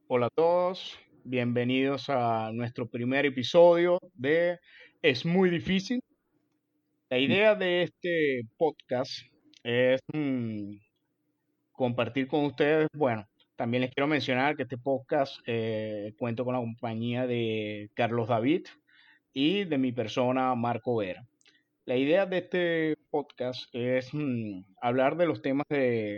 Hola a todos, bienvenidos a nuestro primer episodio de Es muy difícil. La idea de este podcast es compartir con ustedes, bueno, también les quiero mencionar que este podcast cuento con la compañía de Carlos David y de mi persona Marco Vera. La idea de este podcast es hablar de los temas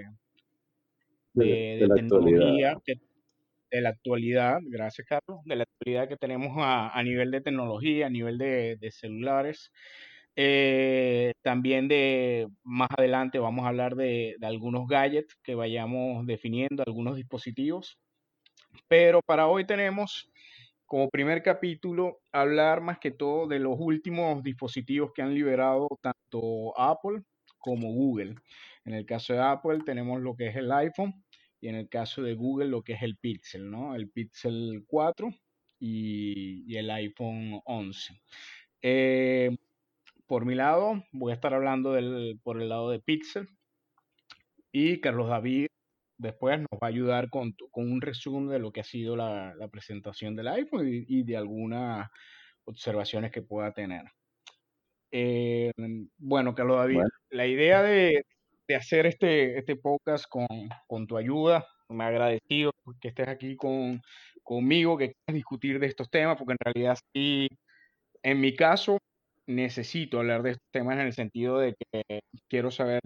De de la tecnología actualidad. de la actualidad, gracias Carlos, de la actualidad que tenemos a nivel de tecnología, a nivel de celulares. También de más adelante vamos a hablar de algunos gadgets que vayamos definiendo, algunos dispositivos. Pero para hoy tenemos como primer capítulo hablar más que todo de los últimos dispositivos que han liberado tanto Apple como Google. En el caso de Apple tenemos lo que es el iPhone y en el caso de Google lo que es el Pixel, ¿no? El Pixel 4 y el iPhone 11. Eh, por mi lado, voy a estar hablando por el lado de Pixel y Carlos David después nos va a ayudar con un resumen de lo que ha sido la presentación del iPhone y de algunas observaciones que pueda tener. Eh, bueno, Carlos David, Bueno, la idea de hacer este podcast con tu ayuda, me agradecido que estés aquí conmigo, que quieras discutir de estos temas, porque en realidad sí, en mi caso, necesito hablar de estos temas en el sentido de que quiero saber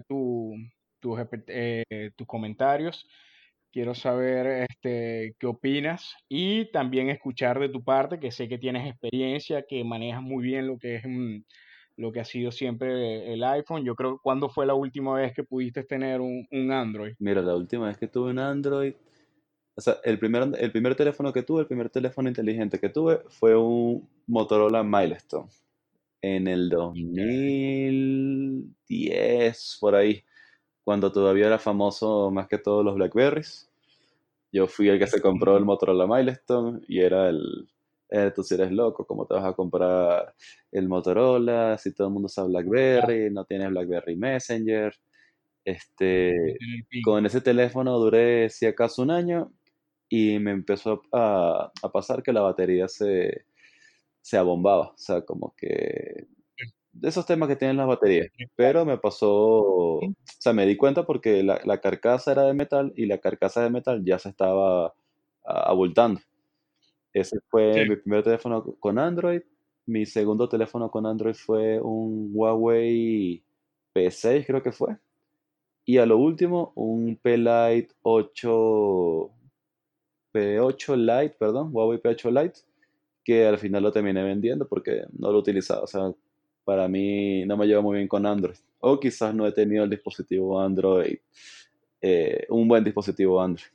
tus comentarios, quiero saber qué opinas y también escuchar de tu parte, que sé que tienes experiencia, que manejas muy bien lo que es lo que ha sido siempre el iPhone. Yo creo, ¿cuándo fue la última vez que pudiste tener un Android? mira, la última vez que tuve un Android, o sea, el primer teléfono que tuve, el primer teléfono inteligente que tuve fue un Motorola Milestone en el Ok. 2010, por ahí, cuando todavía era famoso más que todos los Blackberries. Yo fui el que se compró el Motorola Milestone y era tú si eres loco, ¿cómo te vas a comprar el Motorola si todo el mundo usa Claro, BlackBerry, no tienes BlackBerry Messenger? no Este, tiene el pin. con ese teléfono duré si acaso un año y me empezó a pasar que la batería se abombaba, o sea, como que de esos temas que tienen las baterías. Pero me pasó, o sea, me di cuenta porque la carcasa era de metal y la carcasa de metal ya se estaba abultando. Ese fue Sí. mi primer teléfono con Android. Mi segundo teléfono con Android fue un Huawei P6, creo que fue. Y a lo último, un P-Lite 8, P8 Lite, perdón, Huawei P8 Lite, que al final lo terminé vendiendo porque no lo utilizaba. O sea, para mí no me lleva muy bien con Android. O quizás no he tenido el dispositivo Android, un buen dispositivo Android.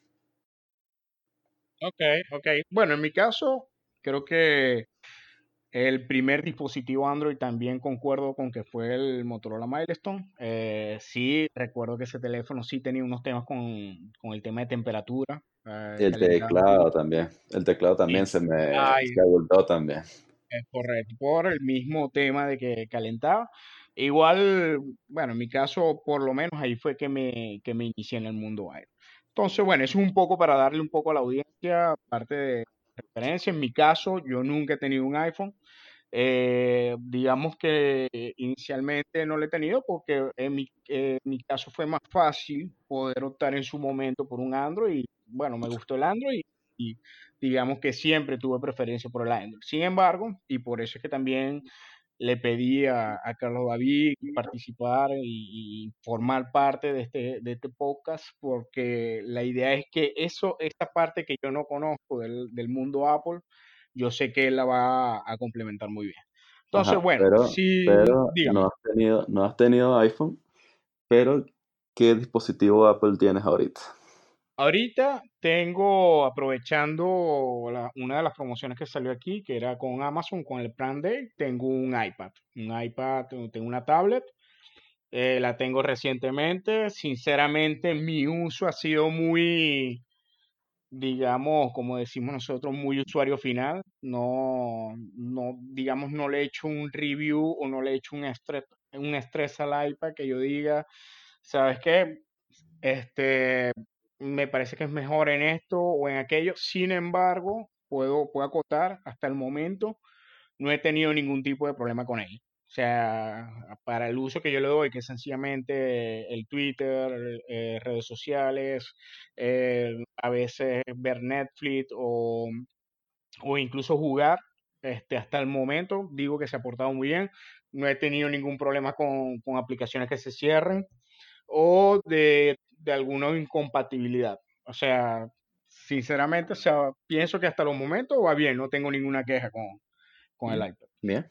Ok, ok. Bueno, en mi caso, creo que el primer dispositivo Android también concuerdo con que fue el Motorola Milestone. Sí, recuerdo que ese teléfono sí tenía unos temas con el tema de temperatura, El calentaba. teclado también. El teclado también Ay, se abultó también. es correcto, por el mismo tema de que calentaba. Igual, bueno, en mi caso, por lo menos ahí fue que me inicié en el mundo aire. Entonces, bueno, eso es un poco para darle un poco a la audiencia, parte de referencia. En mi caso, yo nunca he tenido un iPhone. Digamos que inicialmente no lo he tenido porque en mi caso fue más fácil poder optar en su momento por un Android. Y bueno, me gustó el Android y digamos que siempre tuve preferencia por el Android. Sin embargo, y por eso es que también le pedí a Carlos David participar y formar parte de este podcast, porque la idea es que esta parte que yo no conozco del mundo Apple, yo sé que él la va a complementar muy bien. Entonces, Ajá, bueno, pero, sí, pero dígame. no has tenido iPhone, pero ¿qué dispositivo Apple tienes ahorita? Ahorita tengo, aprovechando una de las promociones que salió aquí, que era con Amazon, con el Prime Day, tengo un iPad, tengo una tablet. La tengo recientemente. Sinceramente, mi uso ha sido muy, digamos, como decimos nosotros, muy usuario final. Digamos, no le he hecho un review o no le he hecho un estrés al iPad que yo diga, ¿sabes qué? Este, me parece que es mejor en esto o en aquello. Sin embargo, puedo acotar, hasta el momento no he tenido ningún tipo de problema con él. O sea, para el uso que yo le doy, que es sencillamente el Twitter, redes sociales, a veces ver Netflix o incluso jugar, hasta el momento digo que se ha portado muy bien. No he tenido ningún problema con aplicaciones que se cierren o de alguna incompatibilidad. O sea, sinceramente, o sea, pienso que hasta los momentos va bien, no tengo ninguna queja con el Mm, iPad. bien.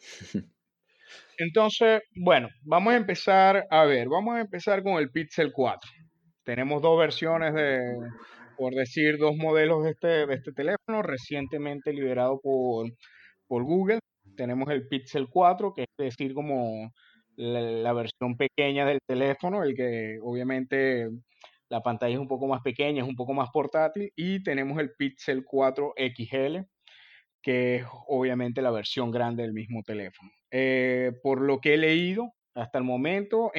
Entonces, bueno, vamos a empezar, a ver, vamos a empezar con el Pixel 4. Tenemos dos versiones por decir, dos modelos de este teléfono, recientemente liberado por Google. Tenemos el Pixel 4, que es decir, como la versión pequeña del teléfono, el que obviamente la pantalla es un poco más pequeña, es un poco más portátil. Y tenemos el Pixel 4 XL, que es obviamente la versión grande del mismo teléfono. Por lo que he leído hasta el momento,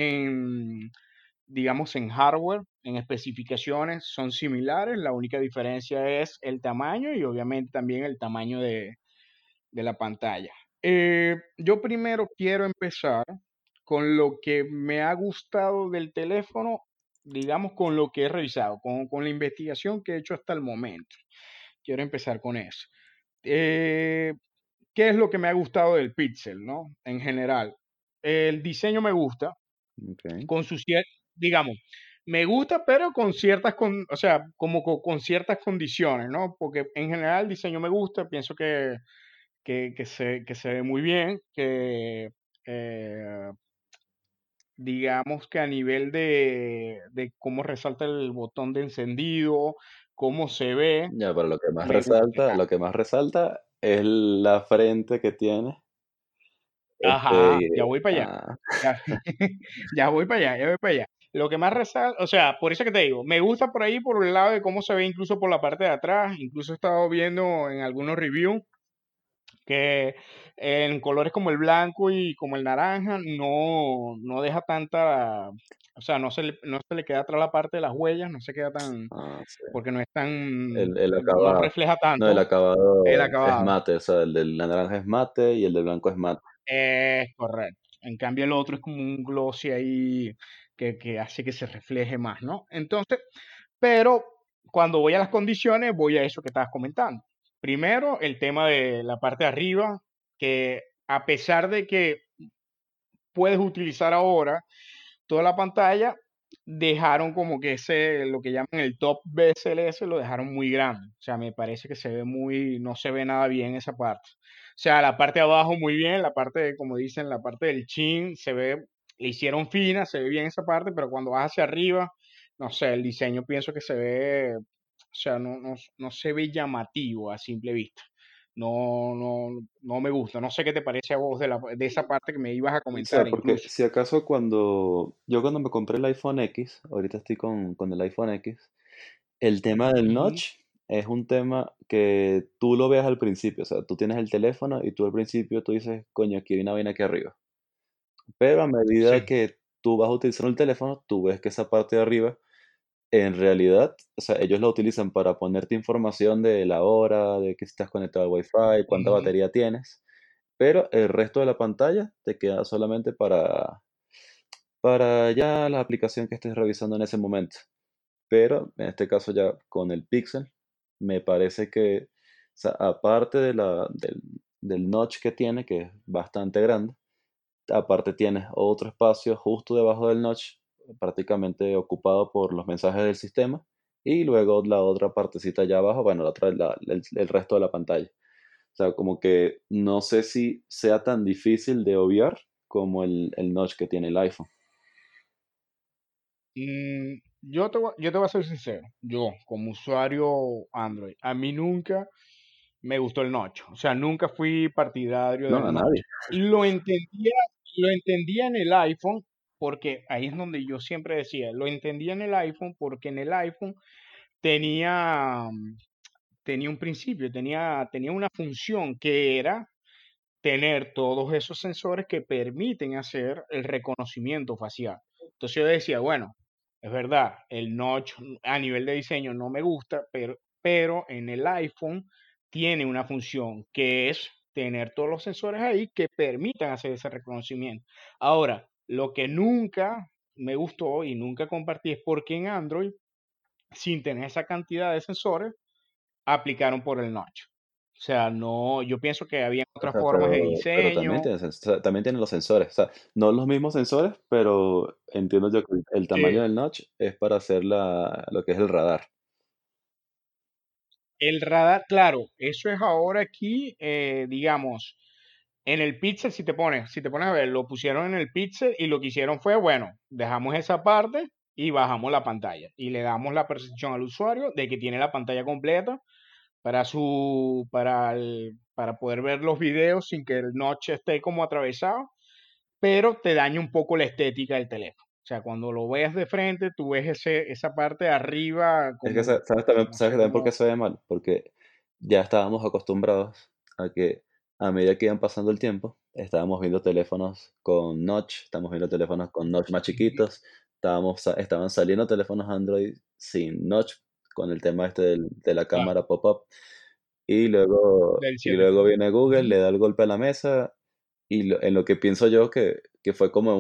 digamos en hardware, en especificaciones, son similares. La única diferencia es el tamaño y obviamente también el tamaño de la pantalla. Yo primero quiero empezar con lo que me ha gustado del teléfono, digamos con lo que he revisado, con la investigación que he hecho hasta el momento. Quiero empezar con eso. Eh, ¿Qué es lo que me ha gustado del Pixel, no? En general, el diseño me gusta, Ok. con sus, digamos, me gusta, pero con ciertas, o sea, como con ciertas condiciones, ¿no? Porque en general el diseño me gusta, pienso que se ve muy bien, que eh, digamos que a nivel de cómo resalta el botón de encendido, cómo se ve, Ya, pero me gusta. lo que más resalta es la frente que tiene. Ajá, ya Este, voy para allá. ah, Ya, ya voy para allá, ya voy para allá. Lo que más resalta, o sea, por eso que te digo, me gusta por ahí, por el lado de cómo se ve incluso por la parte de atrás. Incluso he estado viendo en algunos reviews que en colores como el blanco y como el naranja no deja tanta, o sea, no se le queda atrás la parte de las huellas, no se queda tan, sí. porque no es tan, El no acabado. refleja No, el tanto el acabado es acabado. mate, o sea, el de la naranja es mate y el de blanco es mate. Es correcto. En cambio, el otro es como un glossy ahí que hace que se refleje más, ¿no? Entonces, pero cuando voy a las condiciones, voy a eso que estabas comentando. Primero, el tema de la parte de arriba, que a pesar de que puedes utilizar ahora toda la pantalla, dejaron como que lo que llaman el top BSLS, lo dejaron muy grande. O sea, me parece que no se ve nada bien esa parte. O sea, la parte de abajo muy bien, la parte, como dicen, la parte del chin le hicieron fina, se ve bien esa parte, pero cuando vas hacia arriba, no sé, el diseño pienso que se ve, o sea, no se ve llamativo a simple vista. No me gusta. No sé qué te parece a vos de esa parte que me ibas a O sea, comentar porque incluso. si acaso cuando me compré el iPhone X, ahorita estoy con el iPhone X, el tema del Ujú. notch es un tema que tú lo ves al principio, o sea, tú tienes el teléfono y tú al principio tú dices, coño, aquí hay una vaina aquí arriba. Pero a medida Sí. que tú vas utilizando el teléfono, tú ves que esa parte de arriba, en realidad, o sea, ellos la utilizan para ponerte información de la hora, de que estás conectado al Wi-Fi, cuánta Ujú. batería tienes, pero el resto de la pantalla te queda solamente para ya la aplicación que estés revisando en ese momento. Pero en este caso ya con el Pixel, me parece que, o sea, aparte del notch que tiene, que es bastante grande, aparte tienes otro espacio justo debajo del notch, prácticamente ocupado por los mensajes del sistema, y luego la otra partecita allá abajo, bueno, el resto de la pantalla. O sea, como que no sé si sea tan difícil de obviar como el notch que tiene el iPhone. Yo te voy a ser sincero. Yo, como usuario Android, a mí nunca me gustó el notch. O sea, nunca fui partidario No, del a notch. nadie. Lo entendía en el iPhone, porque ahí es donde yo siempre decía, lo entendía en el iPhone porque en el iPhone tenía, tenía un principio, tenía una función que era tener todos esos sensores que permiten hacer el reconocimiento facial. Entonces yo decía, bueno. Es verdad, el notch a nivel de diseño no me gusta, pero en el iPhone tiene una función que es tener todos los sensores ahí que permitan hacer ese reconocimiento. Ahora, lo que nunca me gustó y nunca compartí es porque en Android, sin tener esa cantidad de sensores, aplicaron por el notch. O sea, no, yo pienso que había O otras sea, formas de pero también diseño. tiene, o sea, también tiene los sensores. O sea, no los mismos sensores, pero entiendo yo que el tamaño Sí, del notch es para hacer lo que es el radar. el radar, claro, eso es ahora aquí, digamos, en el Pixel, si te pones a ver, lo pusieron en el Pixel y lo que hicieron fue, bueno, dejamos esa parte y bajamos la pantalla y le damos la percepción al usuario de que tiene la pantalla completa para poder ver los videos sin que el notch esté como atravesado, pero te daña un poco la estética del teléfono. O sea, cuando lo ves de frente, tú ves esa parte de arriba Es que, como, no ¿sabes sé, también por qué como, se ve mal? Porque ya estábamos acostumbrados a que a medida que iban pasando el tiempo, estábamos viendo teléfonos con notch, estamos viendo teléfonos con notch más ujú, chiquitos, estaban saliendo teléfonos Android sin notch, con el tema este de la claro, cámara pop-up, y luego, del y 7 luego Plus. viene Google, Ujú, le da el golpe a la mesa, y en lo que pienso yo que fue como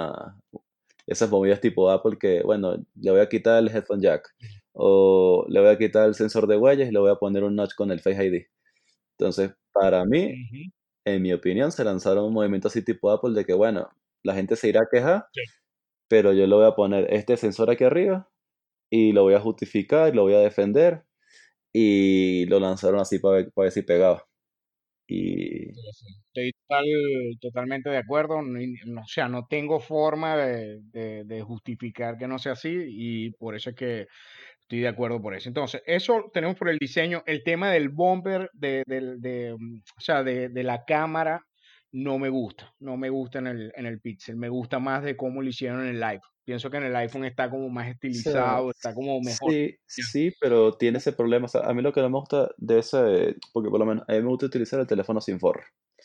esas movidas tipo Apple que, bueno, le voy a quitar el headphone jack o le voy a quitar el sensor de huellas y le voy a poner un notch con el Face ID. Entonces, para mí, ujú, en mi opinión, se lanzaron un movimiento así tipo Apple de que, bueno, la gente se irá a quejar, sí, pero yo le voy a poner este sensor aquí arriba y lo voy a justificar, lo voy a defender y lo lanzaron así para ver si pegaba. Y sí, sí. Estoy totalmente de acuerdo. O sea, no tengo forma de justificar que no sea así y por eso es que estoy de acuerdo por eso. Entonces, eso tenemos por el diseño. El tema del bumper, o sea, de la cámara, no me gusta. No me gusta en el Pixel. Me gusta más de cómo lo hicieron en el iPhone. Pienso que en el iPhone está como más sea, estilizado, está como mejor. sí, sí, pero tiene ese problema. O sea, a mí lo que no me gusta de ese, porque por lo menos a mí me gusta utilizar el teléfono sin forro.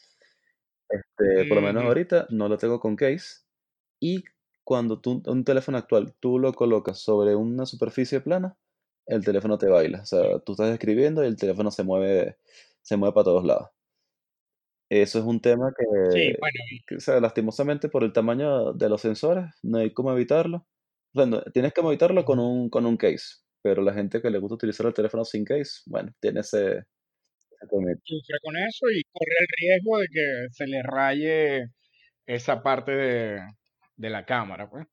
Por lo menos Ujú, ahorita no lo tengo con case. Y cuando un teléfono actual, tú lo colocas sobre una superficie plana, el teléfono te baila. O sí, sea, tú estás escribiendo y el teléfono se mueve para todos lados. Eso es un tema sí, bueno, o sea, lastimosamente por el tamaño de los sensores, no hay cómo evitarlo. O sea, tienes que evitarlo con ujú. un case, pero la gente que le gusta utilizar el teléfono sin case, bueno, tiene ese comentario. Sufre con eso y corre el riesgo de que se le raye esa parte de la cámara, pues.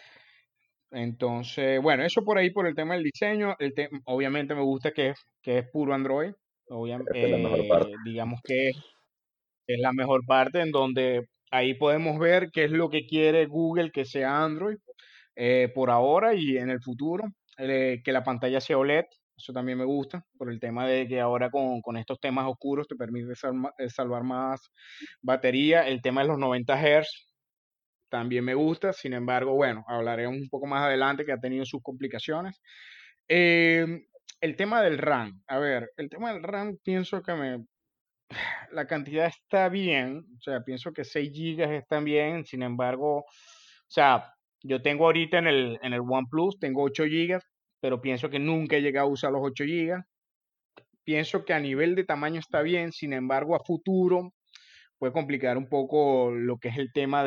Entonces, bueno, eso por ahí por el tema del diseño. Obviamente me gusta que es puro Android. Esa es la mejor parte. Digamos que es la mejor parte en donde ahí podemos ver qué es lo que quiere Google que sea Android por ahora y en el futuro. Que la pantalla sea OLED. Eso también me gusta por el tema de que ahora con estos temas oscuros te permite salvar más batería. El tema de los 90 Hz también me gusta, sin embargo, bueno, hablaremos un poco más adelante que ha tenido sus complicaciones. Eh, el tema del RAM, a ver, el tema del RAM pienso que la cantidad está bien, o sea, pienso que 6 gigas están bien, sin embargo, o sea, yo tengo ahorita en el OnePlus, tengo 8 gigas, pero pienso que nunca he llegado a usar los 8 gigas. Pienso que a nivel de tamaño está bien, sin embargo, a futuro puede complicar un poco lo que es el tema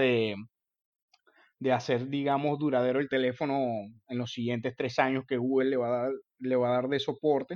de hacer, digamos, duradero el teléfono en los siguientes 3 años que Google le va a dar de soporte.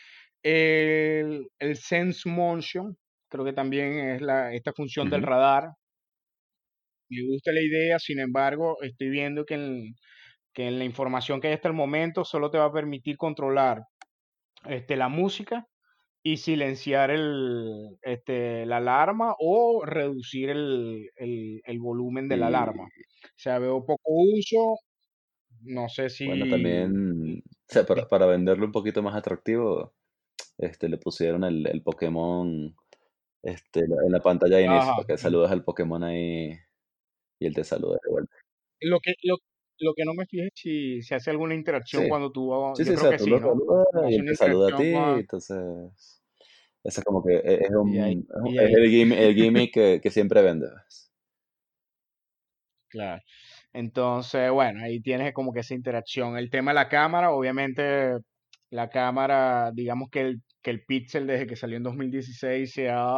El Sense Motion, creo que también es esta función del Ujú. radar. Me gusta la idea, sin embargo, estoy viendo que en la información que hay hasta el momento solo te va a permitir controlar la música y silenciar la alarma o reducir el volumen de la alarma. Y O sea, veo poco uso. No sé bueno, si. también, o sea, para venderlo un poquito más atractivo, le pusieron el Pokémon en la pantalla de inicio, Ajá. para que saludas al Pokémon ahí y él te saluda de vuelta. Lo que no me fijé es si se hace alguna interacción Sí, cuando tú. sí, sí, Yo o creo sea, que tú sí, lo ¿no? saludas y Hace él una te saluda a interacción ti, con. entonces, eso es como que Y ahí, es y ahí, el gimmick que siempre vende, pues. claro. Entonces, bueno, ahí tienes como que esa interacción. El tema de la cámara, obviamente, la cámara, digamos que el Pixel desde que salió en 2016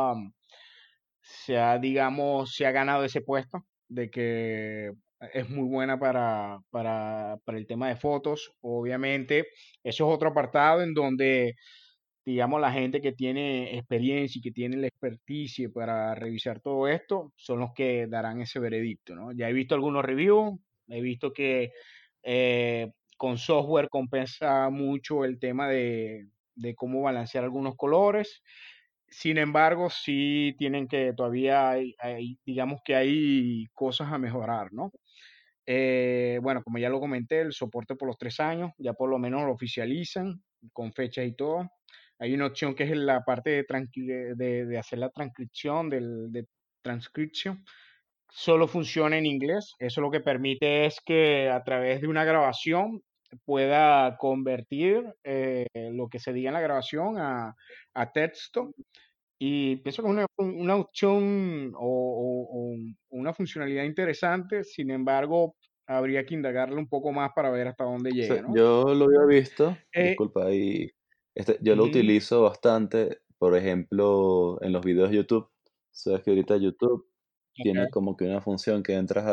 digamos, se ha ganado ese puesto de que es muy buena para el tema de fotos. Obviamente, eso es otro apartado en donde, digamos, la gente que tiene experiencia y que tiene la experticia para revisar todo esto son los que darán ese veredicto, ¿no? Ya he visto algunos reviews, he visto que con software compensa mucho el tema de cómo balancear algunos colores. Sin embargo, sí tienen que, todavía digamos que hay cosas a mejorar, ¿no? Bueno, como ya lo comenté, el soporte por los 3 años, ya por lo menos lo oficializan con fechas y todo. Hay una opción que es la parte de hacer la transcripción, de transcripción. Solo funciona en inglés. Eso lo que permite es que a través de una grabación pueda convertir lo que se diga en la grabación a texto y pienso que es una opción o una funcionalidad interesante, sin embargo, habría que indagarle un poco más para ver hasta dónde Sí, llega, ¿no? yo lo había visto, Eh, disculpa, ahí, yo lo Ujú, utilizo bastante, por ejemplo, en los videos de YouTube. Sabes que ahorita YouTube tiene ok. como que una función que entras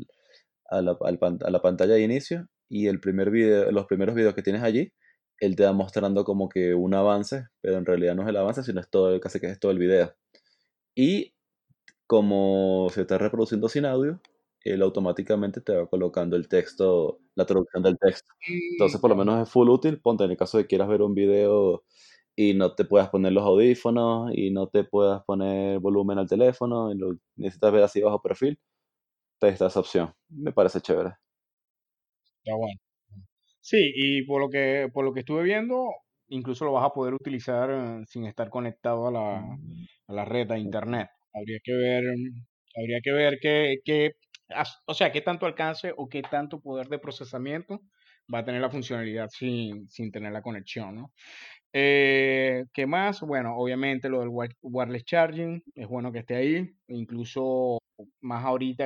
a la pantalla de inicio y el primer video, los primeros videos que tienes allí, él te va mostrando como que un avance, pero en realidad no es el avance, sino es todo, casi que es todo el video. Y como se está reproduciendo sin audio, él automáticamente te va colocando el texto, la traducción del texto. Entonces, por lo Ya, menos es full útil. Ponte en el caso de que quieras ver un video y no te puedas poner los audífonos y no te puedas poner volumen al teléfono y lo necesitas ver así bajo perfil, te está esa opción. Me parece chévere. está bueno. Sí, y por lo que estuve viendo, incluso lo vas a poder utilizar sin estar conectado a la red, a internet. Habría que ver o sea, qué tanto alcance o qué tanto poder de procesamiento va a tener la funcionalidad sin tener la conexión, ¿no? ¿Qué más? Bueno, obviamente lo del wireless charging, es bueno que esté ahí, incluso más ahorita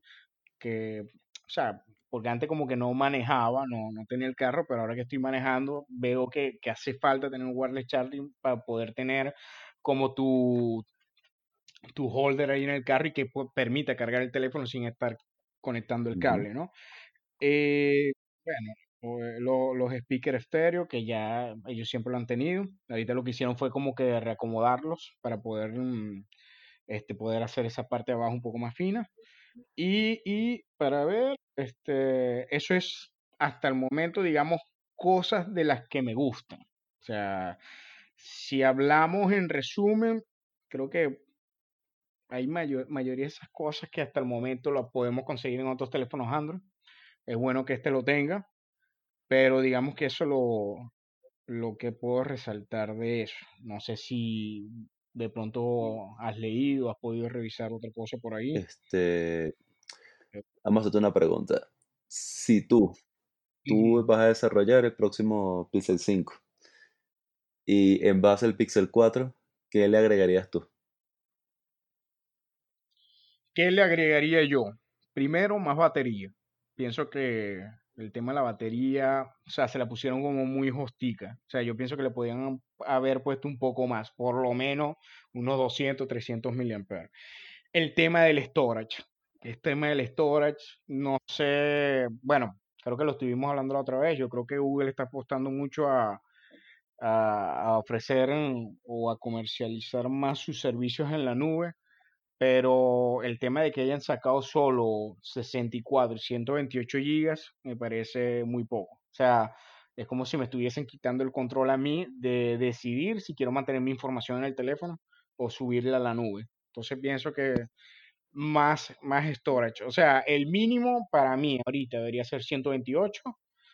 o sea, porque antes como que no manejaba, no tenía el carro, pero ahora que estoy manejando, veo que hace falta tener un wireless charging para poder tener como tu holder ahí en el carro y que permita cargar el teléfono sin estar conectando el Ujú. cable, ¿no? Eh, bueno, los speakers estéreo, que ya ellos siempre lo han tenido. Ahorita lo que hicieron fue como que reacomodarlos para poder hacer esa parte de abajo un poco más fina. Y para ver, eso es hasta el momento, digamos, cosas de las que me gustan. O sea, si hablamos en resumen, creo que hay mayoría de esas cosas que hasta el momento las podemos conseguir en otros teléfonos Android. Es bueno que este lo tenga, pero digamos que eso lo que puedo resaltar de eso. No sé si de pronto has leído, has podido revisar otra cosa por ahí. Este, Eh, vamos a hacerte una pregunta. Si tú Ujú. vas a desarrollar el próximo Pixel 5 y en base al Pixel 4, ¿qué le agregarías tú? ¿Qué le agregaría yo? Primero, más batería. Pienso que el tema de la batería, o sea, se la pusieron como muy hostica. O sea, yo pienso que le podían haber puesto un poco más, por lo menos unos 200, 300 miliamperes. El tema del storage. El tema del storage, no sé, bueno, creo que lo estuvimos hablando la otra vez. Yo creo que Google está apostando mucho a ofrecer o a comercializar más sus servicios en la nube, pero el tema de que hayan sacado solo 64 y 128 gigas me parece muy poco. O sea, es como si me estuviesen quitando el control a mí de decidir si quiero mantener mi información en el teléfono o subirla a la nube. Entonces pienso que más storage. O sea, el mínimo para mí ahorita debería ser 128.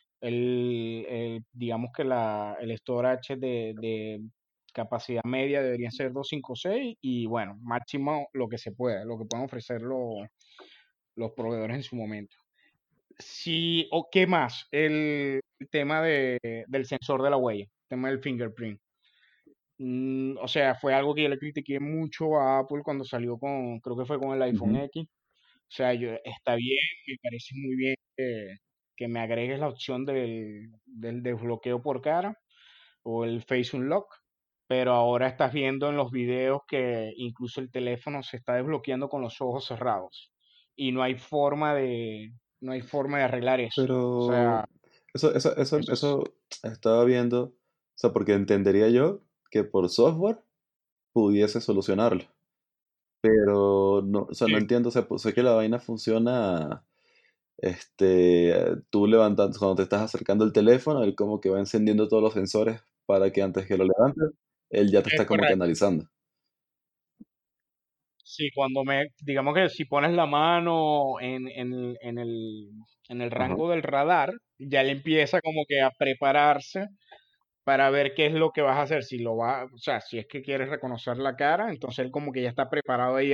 Digamos que el storage de capacidad media debería ser 256 y bueno, máximo lo que se pueda, lo que puedan ofrecer los proveedores en su momento. Sí, o qué más, el tema del sensor de la huella, el tema del fingerprint. O sea, fue algo que yo le critiqué mucho a Apple cuando salió creo que fue con el iPhone Ujú. X, O sea, está bien, me parece muy bien que me agregues la opción del desbloqueo por cara o el Face Unlock, pero ahora estás viendo en los videos que incluso el teléfono se está desbloqueando con los ojos cerrados y no hay forma de arreglar eso. O sea, Pero eso es, eso estaba viendo, o sea, porque entendería yo que por software pudiese solucionarlo, pero no, o sea, no sí, entiendo, o sea, pues sé que la vaina funciona, tú levantando, cuando te estás acercando el teléfono, él como que va encendiendo todos los sensores para que antes que lo levantes, él ya te es está como que correcto. analizando. Sí, digamos que si pones la mano en el Ajá. rango del radar, ya le empieza como que a prepararse para ver qué es lo que vas a hacer. Si lo va, o sea, si es que quieres reconocer la cara, entonces él como que ya está preparado ahí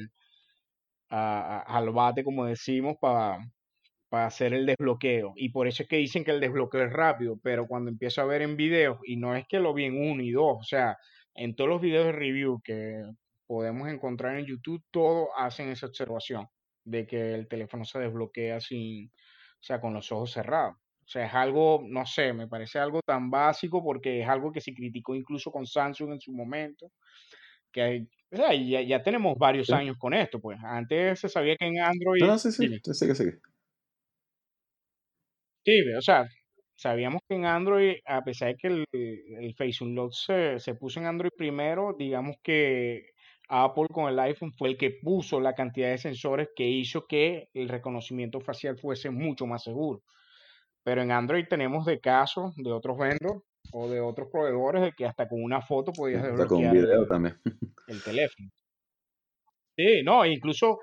al bate, como decimos, para hacer el desbloqueo. Y por eso es que dicen que el desbloqueo es rápido, pero cuando empiezo a ver en videos, y no es que lo vi en uno y dos, o sea, en todos los videos de review que podemos encontrar en YouTube, todos hacen esa observación de que el teléfono se desbloquea sin, o sea, con los ojos cerrados. O sea, es algo, no sé, me parece algo tan básico porque es algo que se criticó incluso con Samsung en su momento, que o sea, ya tenemos varios ¿Sí? años con esto, pues antes se sabía que en No, Android, no, sí, sí, dime. sí, sigue, sigue. Sí, o sea, sabíamos que en Android, a pesar de que el Face Unlock se puso en Android primero, digamos que Apple con el iPhone fue el que puso la cantidad de sensores que hizo que el reconocimiento facial fuese mucho más seguro. Pero en Android tenemos de casos de otros vendors o de otros proveedores de que hasta con una foto Sí, podías o sea, con un desbloquear video también. el teléfono. Sí, no, incluso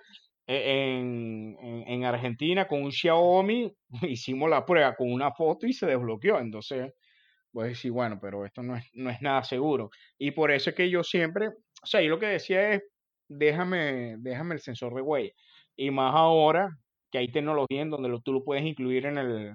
en Argentina con un Xiaomi hicimos la prueba con una foto y se desbloqueó. Entonces, pues decir, bueno, pero esto no es nada seguro. Y por eso es que yo siempre, o sea, yo lo que decía es, déjame el sensor de huella. Y más ahora que hay tecnología en donde tú lo puedes incluir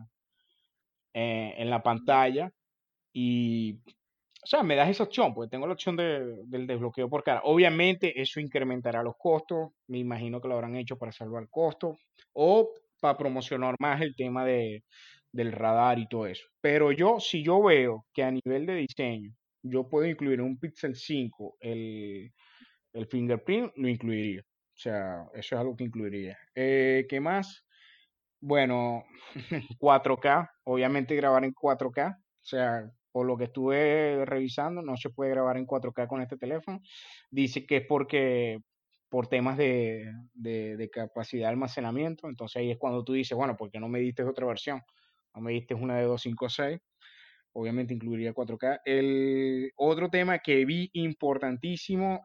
en la pantalla y, o sea, me das esa opción, porque tengo la opción del desbloqueo por cara. Obviamente eso incrementará los costos, me imagino que lo habrán hecho para salvar costos o para promocionar más el tema del radar y todo eso. Pero yo, si yo veo que a nivel de diseño yo puedo incluir en un Pixel 5 el fingerprint, lo incluiría. O sea, eso es algo que incluiría. ¿Qué más? Bueno, 4K, obviamente grabar en 4K, o sea, por lo que estuve revisando, no se puede grabar en 4K con este teléfono. Dice que es porque por temas de capacidad de almacenamiento, entonces ahí es cuando tú dices, bueno, ¿por qué no me diste otra versión? No me diste una de 256, obviamente incluiría 4K. El otro tema que vi importantísimo,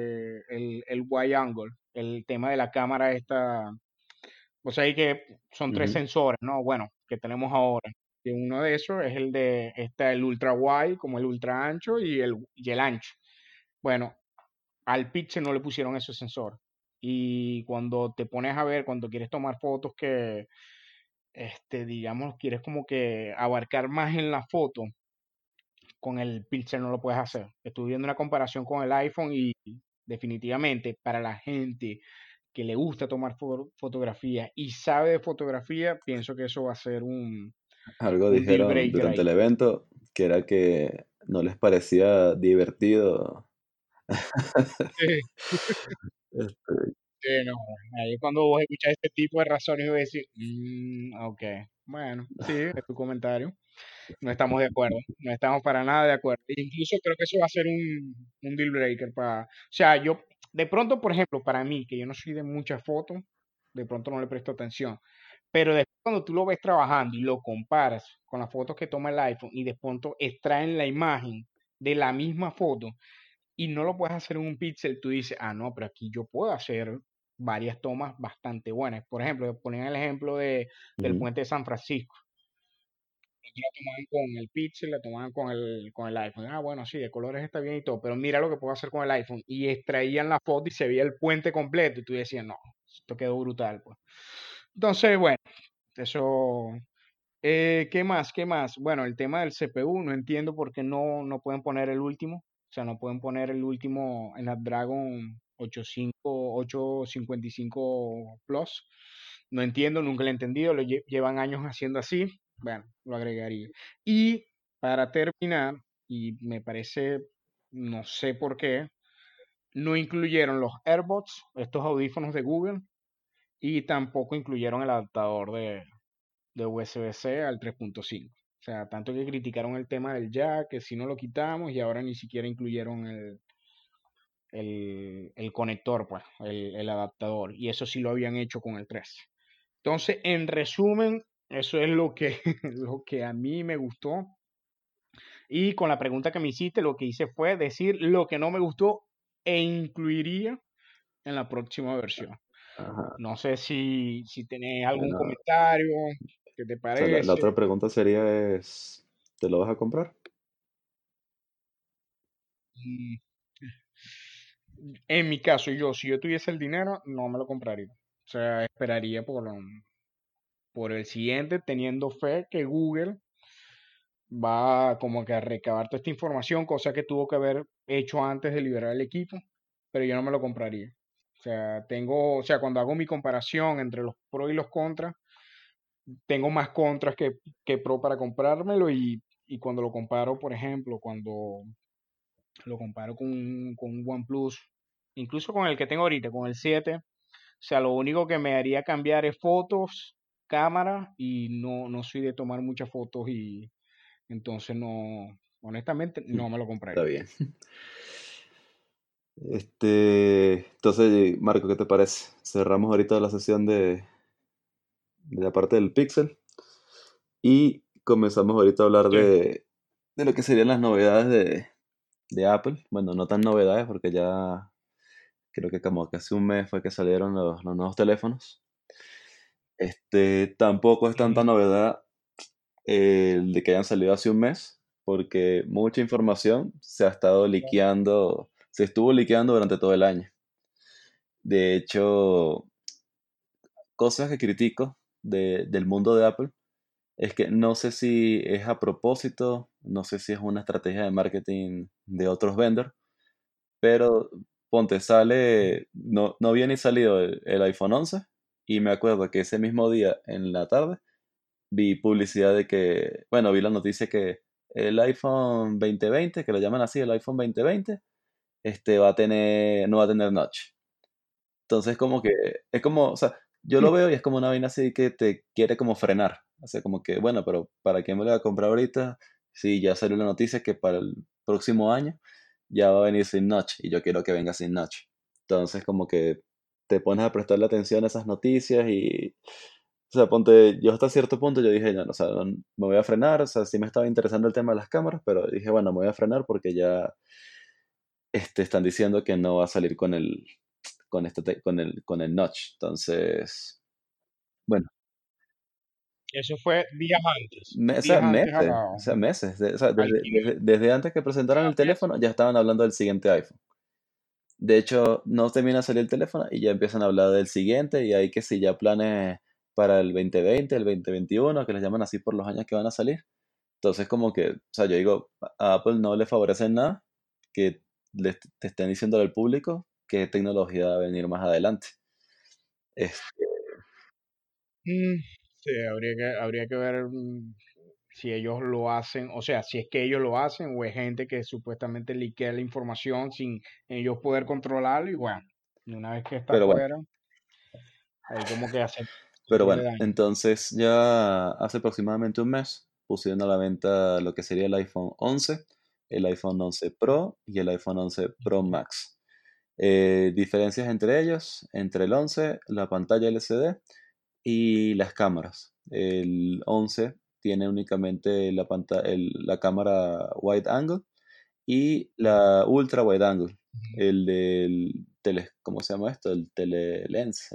el wide angle, el tema de la cámara esta, o sea, que son tres Ujú. sensores, ¿no? Bueno, que tenemos ahora. Que uno de esos es está el ultra wide, como el ultra ancho y el ancho. Bueno, al Pixel no le pusieron esos sensores. Y cuando te pones a ver, cuando quieres tomar fotos que, digamos, quieres como que abarcar más en la foto, con el Pixel no lo puedes hacer. Estuve viendo una comparación con el iPhone y definitivamente para la gente que le gusta tomar fotografía y sabe de fotografía, pienso que eso va a ser Algo un deal dijeron breaker durante ahí. el evento que era que no les parecía divertido. Sí, Este, sí, no, ahí es cuando vos escuchas este tipo de razones y vos decís, ok, bueno, sí, es tu comentario. No estamos de acuerdo, no estamos para nada de acuerdo. Incluso creo que eso va a ser un deal breaker para, o sea, yo, de pronto, por ejemplo, para mí, que yo no soy de muchas fotos, de pronto no le presto atención. Pero después cuando tú lo ves trabajando y lo comparas con las fotos que toma el iPhone y de pronto extraen la imagen de la misma foto y no lo puedes hacer en un píxel, tú dices, ah, no, pero aquí yo puedo hacer varias tomas bastante buenas. Por ejemplo, ponen el ejemplo del ujú. puente de San Francisco. La tomaban con el píxel, la tomaban con el iPhone. Ah, bueno, sí, de colores está bien y todo, pero mira lo que puedo hacer con el iPhone. Y extraían la foto y se veía el puente completo y tú decías, no, esto quedó brutal, pues. Entonces, bueno, eso. ¿Qué más? ¿Qué más? Bueno, el tema del CPU, no entiendo por qué no pueden poner el último. O sea, no pueden poner el último Snapdragon 855 Plus. No entiendo, nunca lo he entendido, llevan años haciendo así. Bueno, lo agregaría. Y para terminar, y me parece, no sé por qué, no incluyeron los AirPods, estos audífonos de Google, y tampoco incluyeron el adaptador de USB-C al 3.5. O sea, tanto que criticaron el tema del jack, que si no lo quitamos, y ahora ni siquiera incluyeron el conector, pues, el adaptador. Y eso sí lo habían hecho con el 3. Entonces, en resumen, eso es lo que, lo que a mí me gustó. Y con la pregunta que me hiciste, lo que hice fue decir lo que no me gustó e incluiría en la próxima versión. Ajá. No sé si tenés algún Bueno, comentario, qué te o sea, la parece. otra pregunta sería es, ¿te lo vas a comprar? Mm, En mi caso, si yo tuviese el dinero, no me lo compraría. O sea, esperaría por el siguiente, teniendo fe que Google va como que a recabar toda esta información, cosa que tuvo que haber hecho antes de liberar el equipo, pero yo no me lo compraría. O sea, cuando hago mi comparación entre los pros y los contras, tengo más contras que pro para comprármelo y cuando lo comparo, por ejemplo, cuando lo comparo con un OnePlus, incluso con el que tengo ahorita, con el 7, o sea, lo único que me haría cambiar es fotos, cámara, y no soy de tomar muchas fotos y entonces no, honestamente, no me lo Está compraría. bien. Entonces, Marco, ¿qué te parece? Cerramos ahorita la sesión de la parte del Pixel y comenzamos ahorita a hablar Sí. de lo que serían las novedades de Apple. Bueno, no tan novedades porque ya creo que como que hace un mes fue que salieron los nuevos teléfonos. Tampoco es tanta Ujú. novedad el de que hayan salido hace un mes, porque mucha información se ha estado liqueando, se estuvo liqueando durante todo el año. De hecho, cosas que critico del mundo de Apple es que no sé si es a propósito, no sé si es una estrategia de marketing de otros vendors, pero ponte, no había ni salido el iPhone 11 y me acuerdo que ese mismo día en la tarde vi publicidad de que, bueno, vi la noticia que el iPhone 2020, que lo llaman así, el iPhone 2020, no va a tener notch. Entonces, como que, es como, o sea, yo lo veo y es como una vaina así que te quiere como frenar. O sea, como que, bueno, pero ¿para qué me lo voy a comprar ahorita? Si ya salió la noticia que para el próximo año ya va a venir sin notch y yo quiero que venga sin notch. Entonces, como que te pones a prestarle atención a esas noticias y, o sea, ponte, yo hasta cierto punto yo dije, no, o sea, me voy a frenar, o sea, sí me estaba interesando el tema de las cámaras, pero dije, bueno, me voy a frenar porque ya están diciendo que no va a salir con el notch. Entonces, bueno, Eso fue días antes, o sea, días antes meses, o sea, meses. O sea, al desde antes que presentaran el mes. teléfono ya estaban hablando del siguiente iPhone. De hecho, no termina de salir el teléfono y ya empiezan a hablar del siguiente y hay que si ya planes para el 2020, el 2021, que les llaman así por los años que van a salir. Entonces, como que, o sea, yo digo, a Apple no le favorece en nada que te estén diciendo al público qué tecnología va a venir más adelante. Este, Mm, sí, habría que ver si ellos lo hacen, o sea, si es que ellos lo hacen o es gente que supuestamente liquea la información sin ellos poder controlarlo y bueno, una vez que está pero bueno, afuera, ahí como que se pero pierde bueno, daño. entonces ya hace aproximadamente un mes pusieron a la venta lo que sería el iPhone 11, el iPhone 11 Pro y el iPhone 11 Pro Ujú. Max. Diferencias entre ellos, entre el 11, la pantalla LCD y las cámaras. El 11 tiene únicamente la cámara wide angle y la ultra wide angle. ¿Cómo se llama esto? El telelens.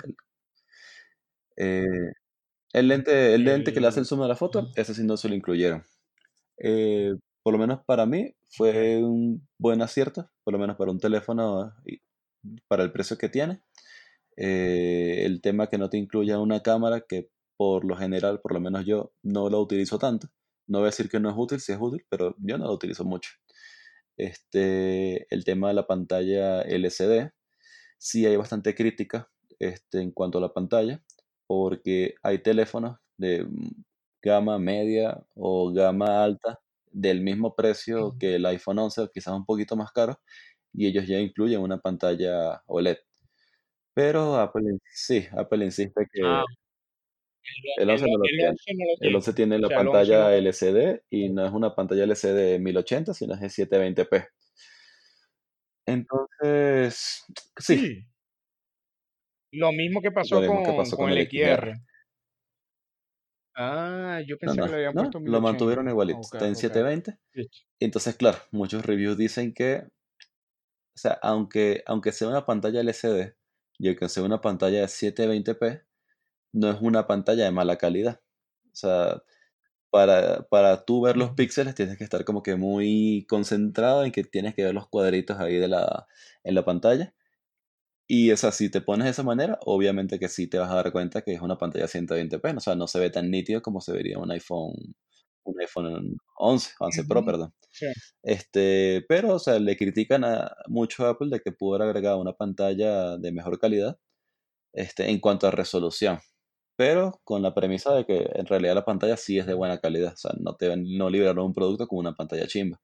Eh, el lente que le hace El, el zoom a la foto, ese sí no se lo incluyeron. Por lo menos para mí ok. fue un buen acierto, por lo menos para un teléfono y para el precio que tiene. El tema que no te incluya una cámara que por lo general, por lo menos yo, no la utilizo tanto. No voy a decir que no es útil, sí es útil, pero yo no la utilizo mucho. el tema de la pantalla LCD, sí hay bastante crítica en cuanto a la pantalla, porque hay teléfonos de gama media o gama alta del mismo precio Ujú. que el iPhone 11, o quizás un poquito más caro, y ellos ya incluyen una pantalla OLED. Pero Apple insiste que Ah, el 11 no lo el tiene. 11 no lo El tiene. 11 tiene O la sea, el 11 no. pantalla LCD y no es una pantalla LCD 1080, sino es de 720p. Entonces, sí, Sí, lo mismo que lo pasó mismo que pasó con con el el XR. XR. Ah, yo No, pensé que no, le habían no, puesto mil lo mantuvieron ochenta. igualito. Ok, Está en ok. 720. Listo. Y entonces, claro, muchos reviews dicen que, o sea, aunque sea una pantalla LCD y aunque sea una pantalla de 720p, no es una pantalla de mala calidad. O sea, para tú ver los Ujú. píxeles tienes que estar como que muy concentrado en que tienes que ver los cuadritos ahí en la pantalla. Y o sea, si te pones de esa manera, obviamente que sí te vas a dar cuenta que es una pantalla 120p, o sea, no se ve tan nítido como se vería un iPhone 11 Pro, Ujú. perdón. Sí. Pero, o sea, le critican mucho a Apple de que pudo haber agregado una pantalla de mejor calidad, en cuanto a resolución, pero con la premisa de que en realidad la pantalla sí es de buena calidad, o sea, no liberaron un producto con una pantalla chimba.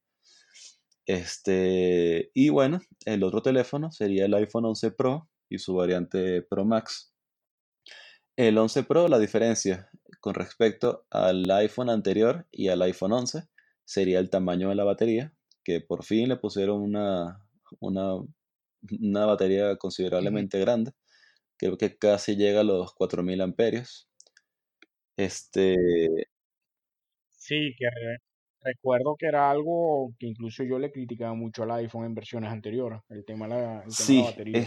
Y bueno, el otro teléfono sería el iPhone 11 Pro y su variante Pro Max. El 11 Pro, la diferencia con respecto al iPhone anterior y al iPhone 11 sería el tamaño de la batería, que por fin le pusieron una, una batería Ujú. considerablemente grande, creo que casi llega a los 4000 amperios. Este, Sí, que recuerdo que era algo que incluso yo le criticaba mucho al iPhone en versiones anteriores, el tema de la sí, batería.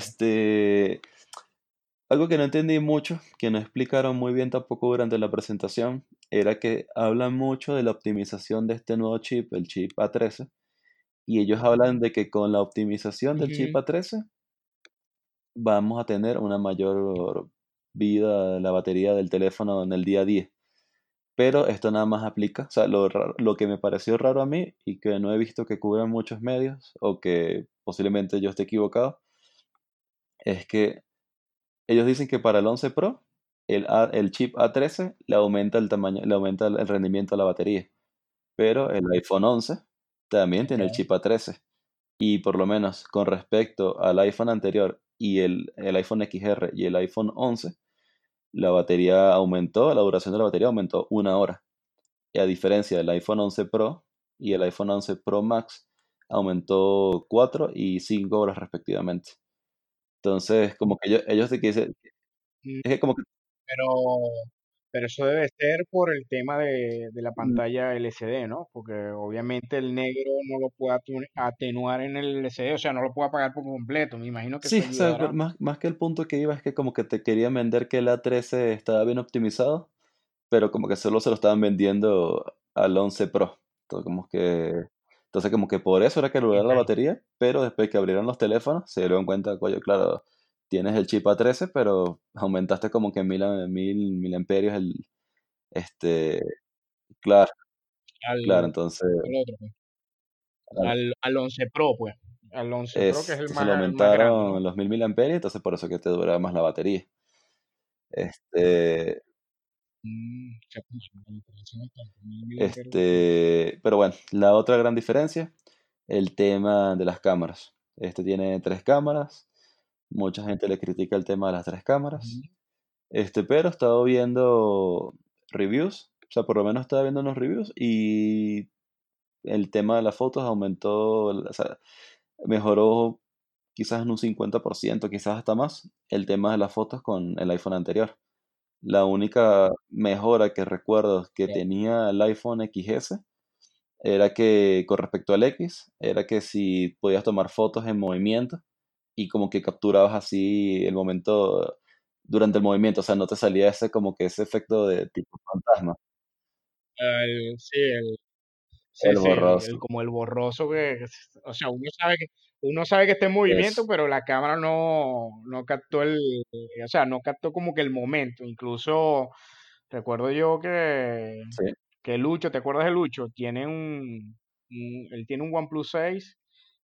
algo que no entendí mucho, que no explicaron muy bien tampoco durante la presentación, era que hablan mucho de la optimización de este nuevo chip, el chip A13, y ellos hablan de que con la optimización del chip Ujú. A13 vamos a tener una mayor vida de la batería del teléfono en el día a día. Pero esto nada más aplica, o sea, lo que me pareció raro a mí y que no he visto que cubran muchos medios o que posiblemente yo esté equivocado, es que ellos dicen que para el 11 Pro, el chip A13 le aumenta el tamaño, le aumenta el rendimiento a la batería, pero el iPhone 11 también Ok. tiene el chip A13. Y por lo menos con respecto al iPhone anterior y el iPhone XR y el iPhone 11, la batería aumentó, la duración de la batería aumentó 1 hora. Y a diferencia del iPhone 11 Pro y el iPhone 11 Pro Max, aumentó 4 y 5 horas respectivamente. Entonces, como que ellos de que dicen, Mm, es que como que Pero, pero eso debe ser por el tema de la mm, pantalla LCD, ¿no? Porque obviamente el negro no lo puede atenuar en el LCD, o sea, no lo puede apagar por completo. Me imagino que sí, eso o sea, ayudará. más que el punto que iba es que como que te querían vender que el A13 estaba bien optimizado, pero como que solo se lo estaban vendiendo al 11 Pro. Entonces como que por eso era que duraron la Ok. batería, pero después que abrieron los teléfonos se dieron cuenta, coño, claro, tienes el chip A13, pero aumentaste como que mil amperios este, claro, Al, claro, entonces, al otro, pues. claro, Al 11 Pro, pues. Al 11 Pro, que es entonces le el más grande, aumentaron ¿no? los mil amperios, entonces por eso que te dura más la batería. Este, Se puso una diferencia bastante, 1000 mAh bastante. pero bueno, la otra gran diferencia, el tema de las cámaras. Este tiene tres cámaras. Mucha gente le critica el tema de las tres Ujú. cámaras. Pero he estado viendo reviews. O sea, por lo menos estaba viendo unos reviews y el tema de las fotos aumentó, o sea, mejoró quizás en un 50%, quizás hasta más, el tema de las fotos con el iPhone anterior. La única mejora que recuerdo que Ok. tenía el iPhone XS era que, con respecto al X, era que si podías tomar fotos en movimiento y como que capturabas así el momento durante el movimiento, o sea, no te salía ese como que ese efecto de tipo fantasma, Sí, el el borroso. como el borroso o sea, uno sabe que está en movimiento, Es, pero la cámara no captó o sea, no captó como que el momento. Incluso recuerdo yo sí, que Lucho, ¿te acuerdas de Lucho? Él tiene un OnePlus 6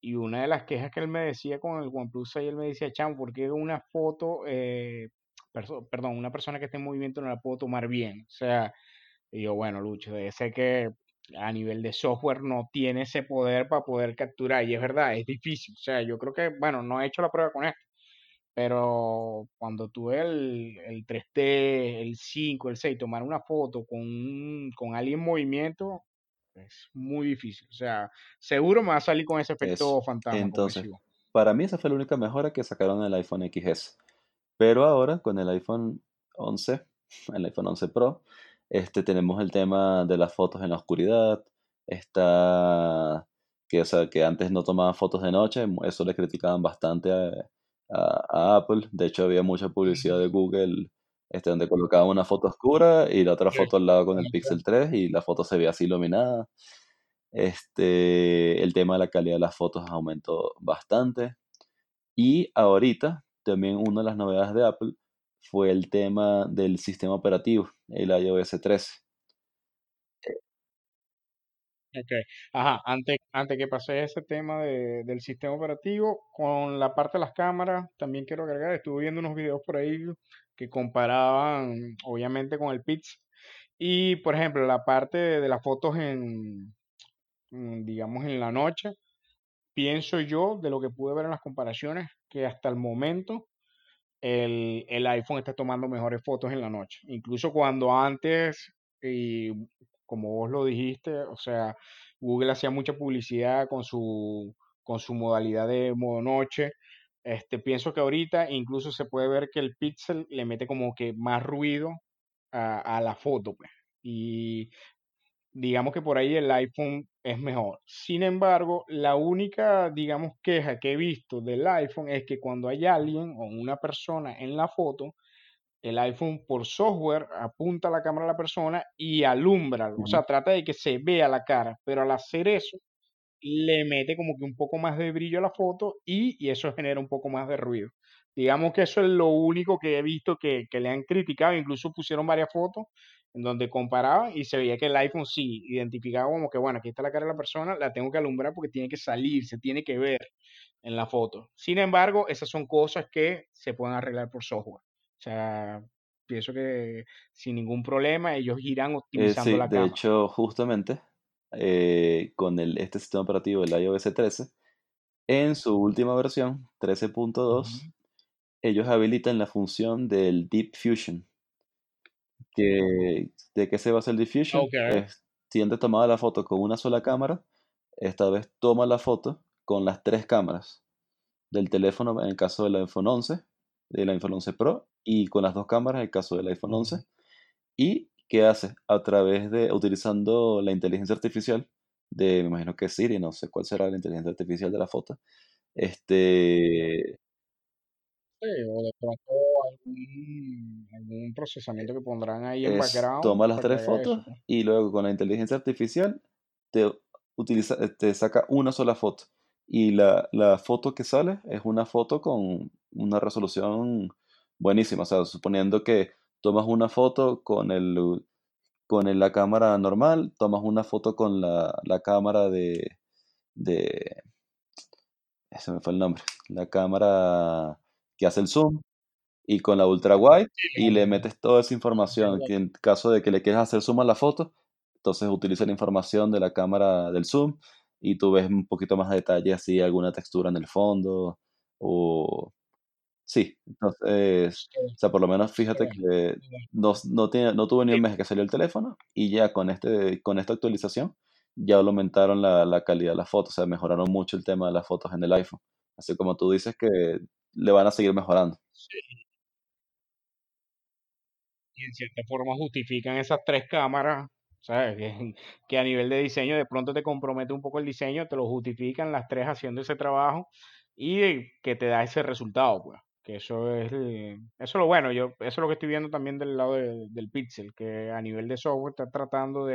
Y una de las quejas que él me decía con el OnePlus 6, él me decía, chamo, ¿por qué una foto, perdón, una persona que esté en movimiento no la puedo tomar bien? O sea, y yo, bueno, Lucho, debe ser que a nivel de software no tiene ese poder para poder capturar. Y es verdad, es difícil. O sea, yo creo que, bueno, no he hecho la prueba con esto, pero cuando tuve el 3D, el 5, el 6, tomar una foto con alguien en movimiento es muy difícil. O sea, seguro me va a salir con ese Eso. efecto fantasma, como Entonces, decimos. para mí esa fue la única mejora que sacaron en el iPhone XS. Pero ahora con el iPhone 11, el iPhone 11 Pro, tenemos el tema de las fotos en la oscuridad. Está que, o sea, que antes no tomaban fotos de noche, eso le criticaban bastante a Apple. De hecho, había mucha publicidad de Ujú. Google, donde colocaban una foto oscura y la otra foto al lado con el Exacto. Pixel 3 y la foto se veía así iluminada. El tema de la calidad de las fotos aumentó bastante. Y ahorita, también una de las novedades de Apple fue el tema del sistema operativo, el iOS 13. Ok. Ajá, antes que pase ese tema del sistema operativo, con la parte de las cámaras, también quiero agregar, estuve viendo unos videos por ahí que comparaban, obviamente, con el Pix. Y, por ejemplo, la parte de las fotos digamos, en la noche, pienso yo, de lo que pude ver en las comparaciones, que hasta el momento el iPhone está tomando mejores fotos en la noche. Incluso cuando antes, y como vos lo dijiste, o sea, Google hacía mucha publicidad con su modalidad de modo noche. Pienso que ahorita incluso se puede ver que el Pixel le mete como que más ruido a la foto, pues. Y digamos que por ahí el iPhone es mejor. Sin embargo, la única, digamos, queja que he visto del iPhone es que cuando hay alguien o una persona en la foto, el iPhone por software apunta la cámara a la persona y alumbra, o Ujú. sea, trata de que se vea la cara, pero al hacer eso, le mete como que un poco más de brillo a la foto y eso genera un poco más de ruido. Digamos que eso es lo único que he visto que le han criticado, incluso pusieron varias fotos en donde comparaban y se veía que el iPhone sí identificaba como que, bueno, aquí está la cara de la persona, la tengo que alumbrar porque tiene que salir, se tiene que ver en la foto. Sin embargo, esas son cosas que se pueden arreglar por software. O sea, pienso que sin ningún problema ellos irán optimizando Sí, la de cámara. hecho, justamente con este sistema operativo, el iOS 13, en su última versión, 13.2, Ujú. ellos habilitan la función del Deep Fusion. ¿De qué se basa el Deep Fusion? Ok. Si antes tomaba la foto con una sola cámara, esta vez toma la foto con las tres cámaras del teléfono en el caso del iPhone 11, del iPhone 11 Pro, y con las dos cámaras en el caso del iPhone 11. Ujú. ¿Y qué hace? A través de, utilizando la inteligencia artificial, me imagino que Siri, no sé cuál será la inteligencia artificial de la foto, este, Sí, o de pronto algún procesamiento que pondrán ahí en background toma las para que tres haga fotos eso, pues. y luego con la inteligencia artificial te, te saca una sola foto. Y la foto que sale es una foto con una resolución buenísima. O sea, suponiendo que tomas una foto la cámara normal, tomas una foto con la cámara de, ese me fue el nombre, la cámara que hace el zoom, y con la ultra wide, Sí, y le metes toda esa información, la- que en caso de que le quieras hacer zoom a la foto, entonces utiliza la información de la cámara del zoom y tú ves un poquito más de detalle, así alguna textura en el fondo o sí, entonces, sí, o sea, por lo menos sí, fíjate que no tuvo ni un mes que salió el teléfono y ya con esta actualización ya lo aumentaron la calidad de las fotos, o sea, mejoraron mucho el tema de las fotos en el iPhone. Así como tú dices que le van a seguir mejorando. sí. Y en cierta forma justifican esas tres cámaras, ¿sabes? Que a nivel de diseño de pronto te compromete un poco el diseño, te lo justifican las tres haciendo ese trabajo y que te da ese resultado, pues. Que eso es, eso es lo bueno, eso es lo que estoy viendo también del lado del Pixel, que a nivel de software está tratando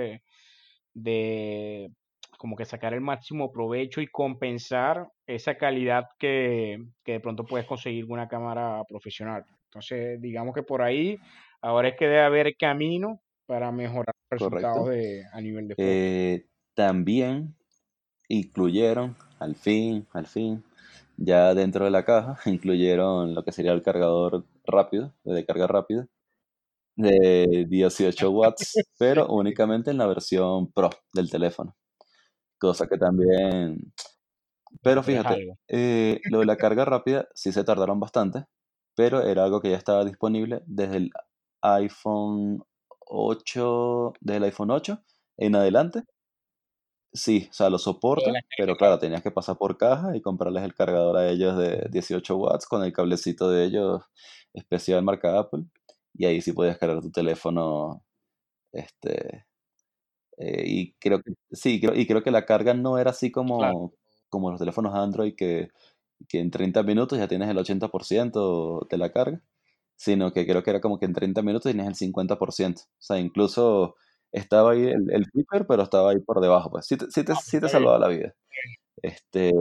de como que sacar el máximo provecho y compensar esa calidad que de pronto puedes conseguir con una cámara profesional. Entonces, digamos que por ahí ahora es que debe haber camino para mejorar los resultados Correcto. a nivel de fotos. También incluyeron al fin, ya dentro de la caja incluyeron lo que sería el cargador rápido, de carga rápida, de 18 watts, Sí, pero únicamente en la versión Pro del teléfono. Cosa que también, pero pero es fíjate, algo. lo de la carga rápida sí se tardaron bastante, pero era algo que ya estaba disponible iPhone desde el iPhone 8 en adelante. Sí, o sea, lo Lo de soporta, la pero carga claro, rápida. tenías que pasar por caja y comprarles el cargador a ellos de 18 watts con el cablecito de ellos especial marca Apple. Y ahí sí podías cargar tu teléfono. Este, y creo que sí, creo que la carga no era así Claro. como los teléfonos Android que en 30 minutos ya tienes el 80% de la carga, sino que creo que era como que en 30 minutos tienes el 50%. O sea, incluso estaba ahí el flipper, pero estaba ahí por debajo, pues Ah, pero sí te está bien. salvaba la vida. Este,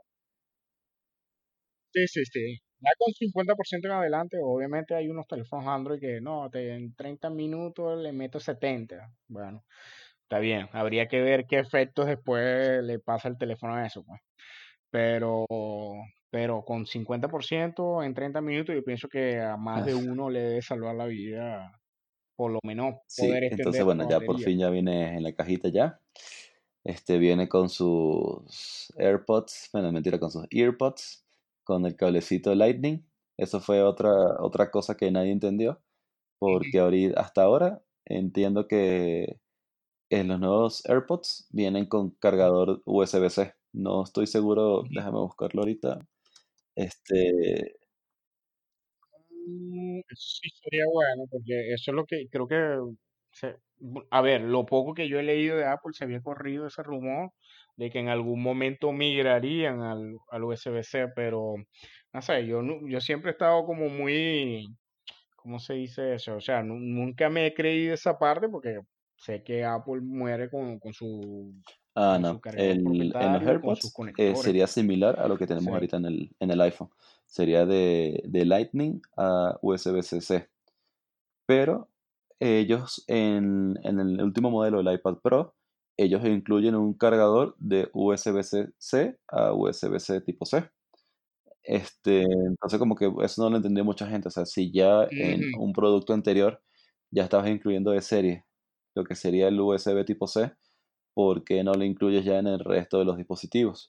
Sí, sí, sí. Ya con 50% en adelante, obviamente hay unos teléfonos Android que no, en 30 minutos le meto 70. Bueno, está bien. Habría que ver qué efectos después le pasa el teléfono a eso, pues. Pero, pero con 50% en 30 minutos, yo pienso que a más de uno le debe salvar la vida, por lo menos sí, poder entonces extender bueno, la ya por batería. fin ya viene en la cajita ya. Viene con sus AirPods, bueno, mentira, con sus EarPods, con el cablecito Lightning. Eso fue otra cosa que nadie entendió, porque hasta ahora entiendo que en los nuevos AirPods vienen con cargador USB-C. No estoy seguro, Ujú. déjame buscarlo ahorita. Este, Eso sí sería bueno, porque eso es lo que creo que, a ver, lo poco que yo he leído de Apple, se había corrido ese rumor de que en algún momento migrarían al USB-C, pero no sé, yo siempre he estado como muy, ¿cómo se dice eso? O sea, nunca me he creído esa parte porque sé que Apple muere con su no, cargador en los propietario, con sus AirPods conectores. sería similar a lo que tenemos Sí. ahorita en el iPhone. Sería de Lightning a USB-C. Pero ellos en el último modelo del iPad Pro, ellos incluyen un cargador de USB-C a USB-C tipo C. Entonces como que eso no lo entendió mucha gente. O sea, si ya en Ujú. un producto anterior ya estabas incluyendo de serie lo que sería el USB tipo C, ¿por qué no lo incluyes ya en el resto de los dispositivos?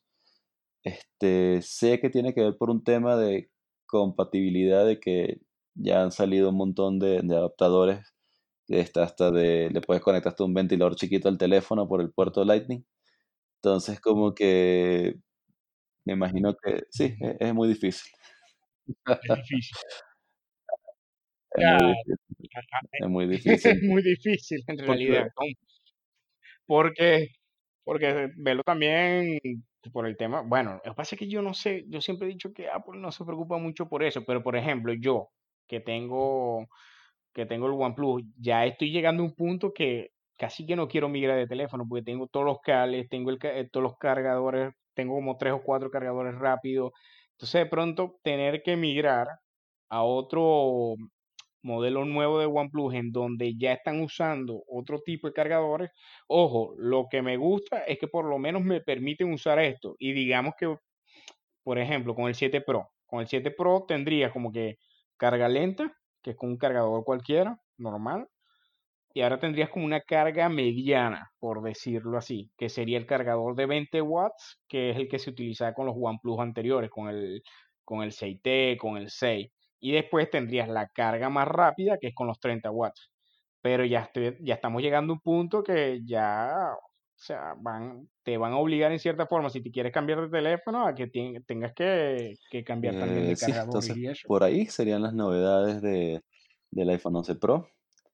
Sé que tiene que ver por un tema de compatibilidad, de que ya han salido un montón de adaptadores, que está hasta le puedes conectar hasta un ventilador chiquito al teléfono por el puerto Lightning. Entonces, como que me imagino que sí, Ujú. es muy difícil. Es difícil. Es Ya, muy difícil, es muy es difícil. muy difícil en Porque, realidad, porque, porque verlo también por el tema, bueno, lo que pasa es que yo no sé, yo siempre he dicho que Apple no se preocupa mucho por eso, pero por ejemplo, yo que tengo, que tengo el OnePlus, ya estoy llegando a un punto que casi que no quiero migrar de teléfono, porque tengo todos los cables, tengo todos los cargadores, tengo como 3 o 4 cargadores rápidos, entonces de pronto tener que migrar a otro modelo nuevo de OnePlus en donde ya están usando otro tipo de cargadores. Ojo, lo que me gusta es que por lo menos me permiten usar esto. Y digamos que, por ejemplo, con el 7 Pro tendría como que carga lenta, que es con un cargador cualquiera, normal. Y ahora tendrías como una carga mediana, por decirlo así, que sería el cargador de 20 watts, que es el que se utilizaba con los OnePlus anteriores, con el 6T, con el 6. Y después tendrías la carga más rápida, que es con los 30 watts. Pero ya estamos llegando a un punto que ya, o sea, te van a obligar en cierta forma, si te quieres cambiar de teléfono, a que tengas que cambiar también de sí, cargadores entonces y eso. por ahí serían las novedades del iPhone 11 Pro.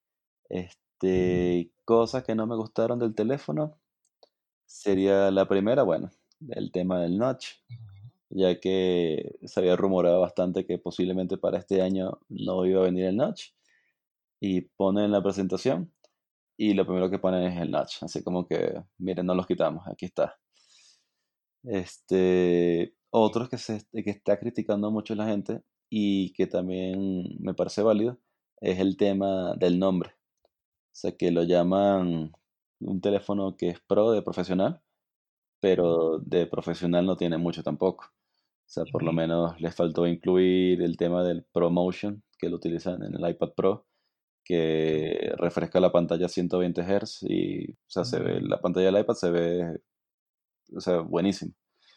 Cosas que no me gustaron del teléfono. Sería la primera, bueno, el tema del notch, ya que se había rumorado bastante que posiblemente para este año no iba a venir el notch, y ponen la presentación y lo primero que ponen es el notch, así como que, miren, no los quitamos, aquí está. Otros que está criticando mucho la gente y que también me parece válido es el tema del nombre, o sea, que lo llaman un teléfono que es pro de profesional pero de profesional no tiene mucho tampoco. O sea, por lo Ujú, menos les faltó incluir el tema del ProMotion, que lo utilizan en el iPad Pro, ujú, que refresca la pantalla a 120 Hz y, o sea, se ve, ujú. la pantalla del iPad se ve, o sea, buenísimo.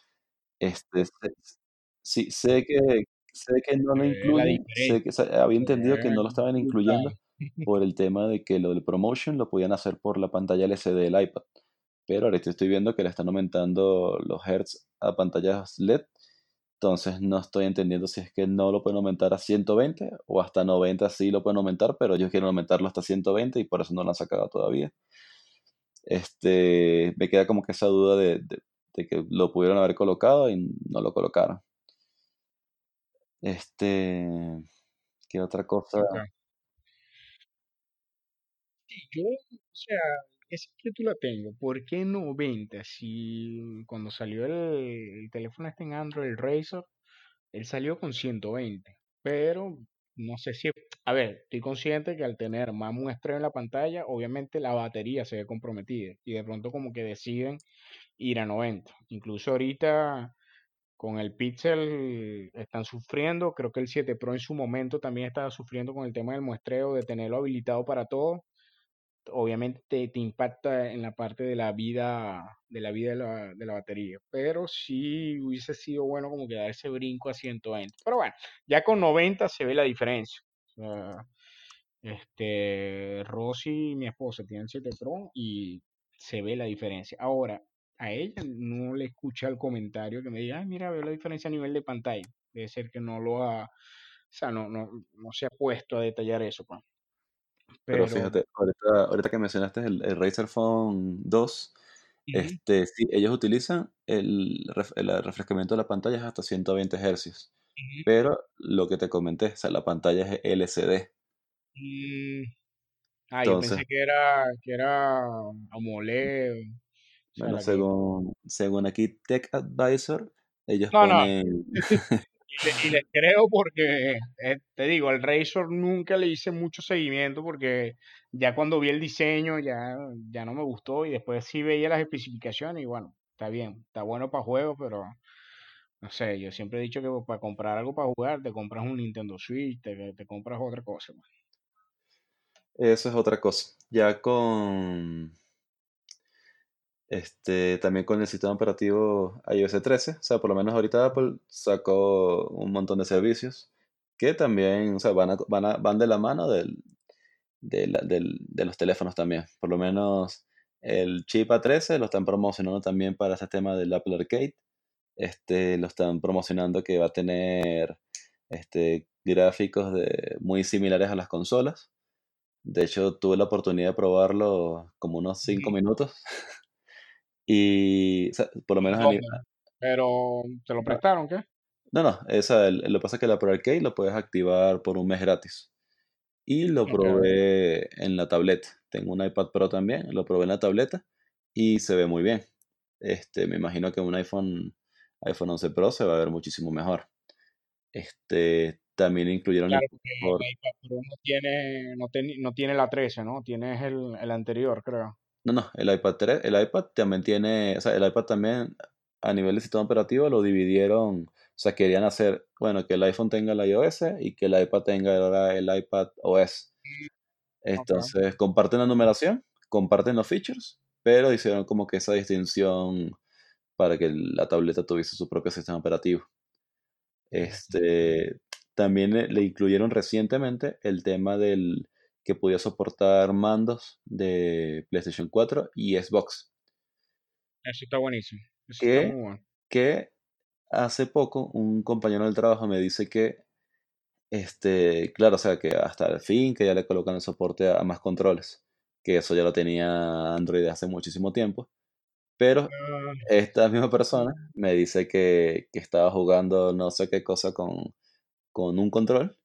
Sí, sé que no Se lo ve la incluyen, sé que, diferencia, o sea, había se entendido que ve no lo estaban brutal. incluyendo por el tema de que lo del ProMotion lo podían hacer por la pantalla LCD del iPad, pero ahorita estoy viendo que le están aumentando los hertz a pantallas LED, entonces no estoy entendiendo si es que no lo pueden aumentar a 120 o hasta 90 sí lo pueden aumentar, pero ellos quieren aumentarlo hasta 120 y por eso no lo han sacado todavía. Me queda como que esa duda de que lo pudieron haber colocado y no lo colocaron. ¿Qué otra cosa? Ok. Sí, yo, o sea, esa tú la tengo. ¿Por qué 90? Si cuando salió el teléfono este en Android, el Razr, él salió con 120. Pero no sé si, a ver, estoy consciente que al tener más muestreo en la pantalla, obviamente la batería se ve comprometida. Y de pronto como que deciden ir a 90. Incluso ahorita con el Pixel están sufriendo. Creo que el 7 Pro en su momento también estaba sufriendo con el tema del muestreo, de tenerlo habilitado para todo. Obviamente te impacta en la parte de la vida de la batería, pero sí hubiese sido bueno como que dar ese brinco a 120. Pero bueno, ya con 90 se ve la diferencia. O sea, Rosy, mi esposa, tiene el 7 Pro y se ve la diferencia. Ahora, a ella no le escuché el comentario que me diga, ay, mira, veo la diferencia a nivel de pantalla. Debe ser que no lo ha, o sea, no se ha puesto a detallar eso, pues. Pero Pero, fíjate, ahorita que mencionaste el Razer Phone 2, ujú, sí, ellos utilizan el refrescamiento de la pantalla es hasta 120 hercios, ujú. pero lo que te comenté, o sea, la pantalla es LCD. Mm, yo Entonces, pensé que era AMOLED, o sea, bueno, la que... según aquí Tech Advisor, ellos No, no, ponen, y les creo porque, te digo, al Razor nunca le hice mucho seguimiento porque ya cuando vi el diseño ya no me gustó y después sí veía las especificaciones y bueno, está bien, está bueno para juegos, pero no sé, yo siempre he dicho que para comprar algo para jugar te compras un Nintendo Switch, te compras otra cosa, pues. eso es otra cosa. Ya también con el sistema operativo iOS 13, o sea, por lo menos ahorita Apple sacó un montón de servicios que también, o sea, van de la mano de los teléfonos también. Por lo menos el chip A13 lo están promocionando también para ese tema del Apple Arcade. Lo están promocionando que va a tener gráficos muy similares a las consolas. De hecho, tuve la oportunidad de probarlo como unos 5 Ujú. minutos. Y, o sea, por lo menos a nivel... ¿Dónde? Pero, ¿te lo No, prestaron, qué? no, no, lo que pasa es que la Pro Arcade lo puedes activar por un mes gratis. Y lo Ok. probé en la tableta. Tengo un iPad Pro también, lo probé en la tableta y se ve muy bien. Me imagino que un iPhone 11 Pro se va a ver muchísimo mejor. También incluyeron Claro, el porque por el iPad Pro no tiene la 13, ¿no? Tienes el anterior, creo. no, no, el iPad también tiene, o sea, el iPad también a nivel de sistema operativo lo dividieron, o sea, querían hacer, bueno, que el iPhone tenga el iOS y que el iPad tenga ahora el iPad OS. Mm, ok. Entonces, comparten la numeración, comparten los features, pero hicieron como que esa distinción para que la tableta tuviese su propio sistema operativo. Ujú. Este, También le incluyeron recientemente el tema del que podía soportar mandos de PlayStation 4 y Xbox, Eso está buenísimo. Eso está que, muy bueno. que hace poco un compañero del trabajo me dice que, claro, o sea, que hasta el fin, que ya le colocan el soporte a más controles, que eso ya lo tenía Android hace muchísimo tiempo, pero Ah, esta misma persona me dice que estaba jugando no sé qué cosa con un control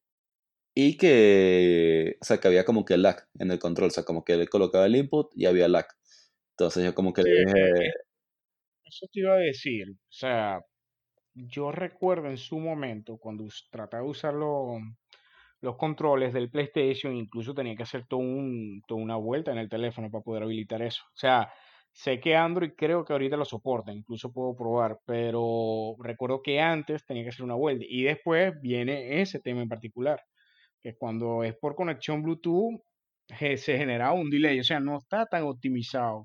y que, o sea, que había como que lag en el control, o sea, como que le colocaba el input y había lag. Entonces yo como que le sí, dije, eso te iba a decir. O sea, yo recuerdo en su momento, cuando trataba de usar los controles del PlayStation, incluso tenía que hacer toda una vuelta en el teléfono para poder habilitar eso. O sea, Sé que Android creo que ahorita lo soporta, incluso puedo probar, pero recuerdo que antes tenía que hacer una vuelta y después viene ese tema en particular, que cuando es por conexión Bluetooth se genera un delay, o sea, no está tan optimizado,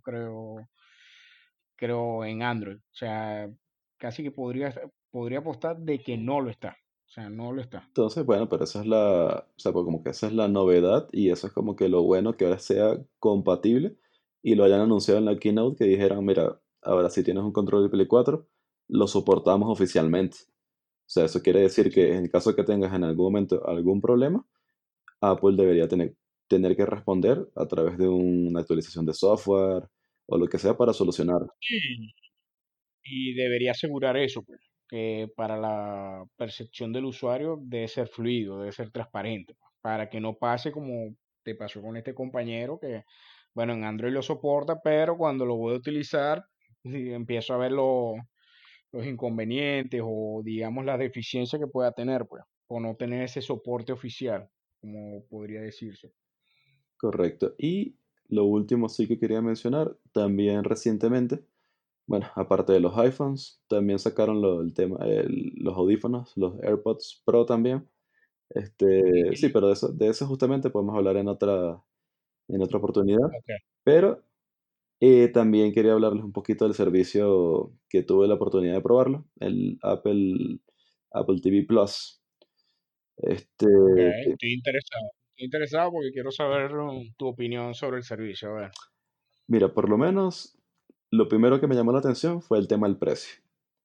creo en Android. O sea, casi que podría apostar de que no lo está. O sea, no lo está. Entonces, bueno, pero esa es o sea, pues como que esa es la novedad y eso es como que lo bueno que ahora sea compatible y lo hayan anunciado en la keynote que dijeran, mira, ahora si tienes un control de Play 4, lo soportamos oficialmente. O sea, eso quiere decir Sí. que en caso de que tengas en algún momento algún problema, Apple debería tener que responder a través de una actualización de software o lo que sea para solucionarlo. Sí, y debería asegurar eso, pues, que para la percepción del usuario debe ser fluido, debe ser transparente, pues, para que no pase como te pasó con este compañero que, bueno, en Android lo soporta, pero cuando lo voy a utilizar, sí, empiezo a ver los inconvenientes o, digamos, las deficiencias que pueda tener, pues, o no tener ese soporte oficial, como podría decirse. Correcto. Y lo último sí que quería mencionar, también recientemente, bueno, aparte de los iPhones, también sacaron el tema, los audífonos, los AirPods Pro también. Sí, Ujú. pero de eso justamente podemos hablar en otra oportunidad. Ok, Pero también quería hablarles un poquito del servicio que tuve la oportunidad de probarlo, el Apple TV Plus. Este, ok, que- estoy interesado. Estoy interesado porque quiero saber tu opinión sobre el servicio. A ver. Mira, por lo menos lo primero que me llamó la atención fue el tema del precio.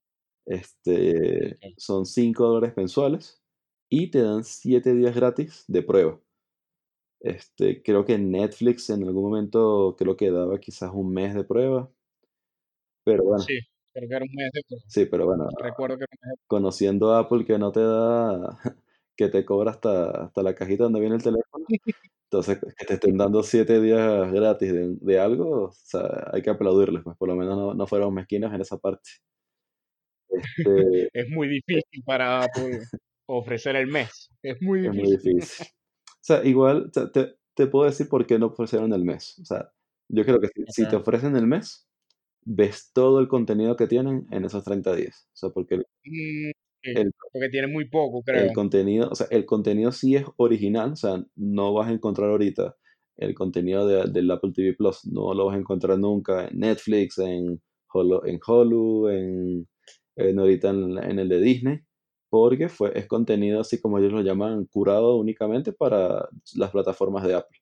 Ok. Son $5 mensuales y te dan 7 días gratis de prueba. Creo que Netflix en algún momento creo que daba quizás un mes de prueba, pero bueno, Sí, creo que era un mes de prueba. sí, pero bueno, Recuerdo que era un mes de conociendo a Apple que no te da, que te cobra hasta la cajita donde viene el teléfono, entonces que te estén dando 7 días gratis de algo, o sea, hay que aplaudirles, pues por lo menos no fueron mezquinos en esa parte. Este, Es muy difícil para Apple ofrecer el mes. Es muy es muy difícil. difícil. O sea, igual, o sea, te puedo decir por qué no ofrecieron el mes. O sea, yo creo que si te Ok. ofrecen el mes, ves todo el contenido que tienen en esos 30 días. O sea, porque Mm, sí, el, porque tiene muy poco, el creo. contenido, o sea, el contenido sí es original, o sea, no vas a encontrar ahorita el contenido del Apple TV Plus, no lo vas a encontrar nunca en Netflix, en Hulu, ahorita en el de Disney, porque es contenido así como ellos lo llaman, curado únicamente para las plataformas de Apple.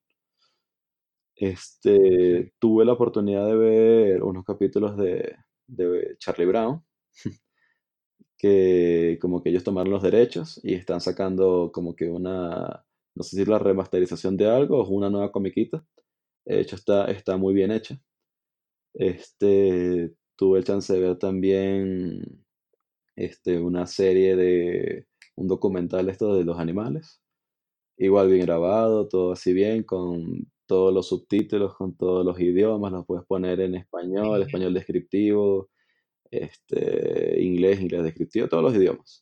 Sí. Tuve la oportunidad de ver unos capítulos de Charlie Brown, que como que ellos tomaron los derechos y están sacando como que no sé si la remasterización de algo o una nueva comiquita. De hecho, está muy bien hecha. Tuve el chance de ver también una serie un documental esto de los animales. Igual bien grabado, todo así bien, con todos los subtítulos, con todos los idiomas, los puedes poner en español, Ujú. español descriptivo, inglés, inglés descriptivo, todos los idiomas.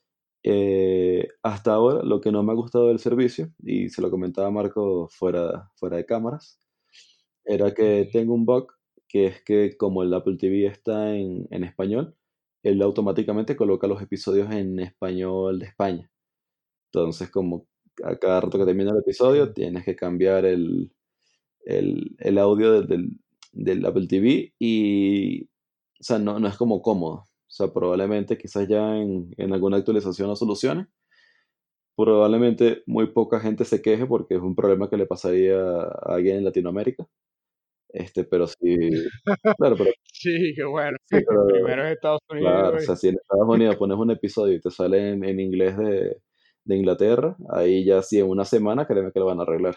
Hasta ahora, lo que no me ha gustado del servicio, y se lo comentaba a Marco fuera de cámaras, era que Ujú. tengo un bug, que es que como el Apple TV está en español, él automáticamente coloca los episodios en español de España. Entonces, como a cada rato que termina el episodio, Ok. tienes que cambiar el audio del Apple TV y, o sea, no es como cómodo. O sea, probablemente quizás ya en alguna actualización lo solucione. Probablemente muy poca gente se queje porque es un problema que le pasaría a alguien en Latinoamérica. Pero sí, claro, pero Sí, qué bueno. sí, pero Primero es Estados claro, o Unidos sea, si en Estados Unidos pones un episodio y te sale en inglés de Inglaterra, ahí ya sí en una semana créeme que lo van a arreglar.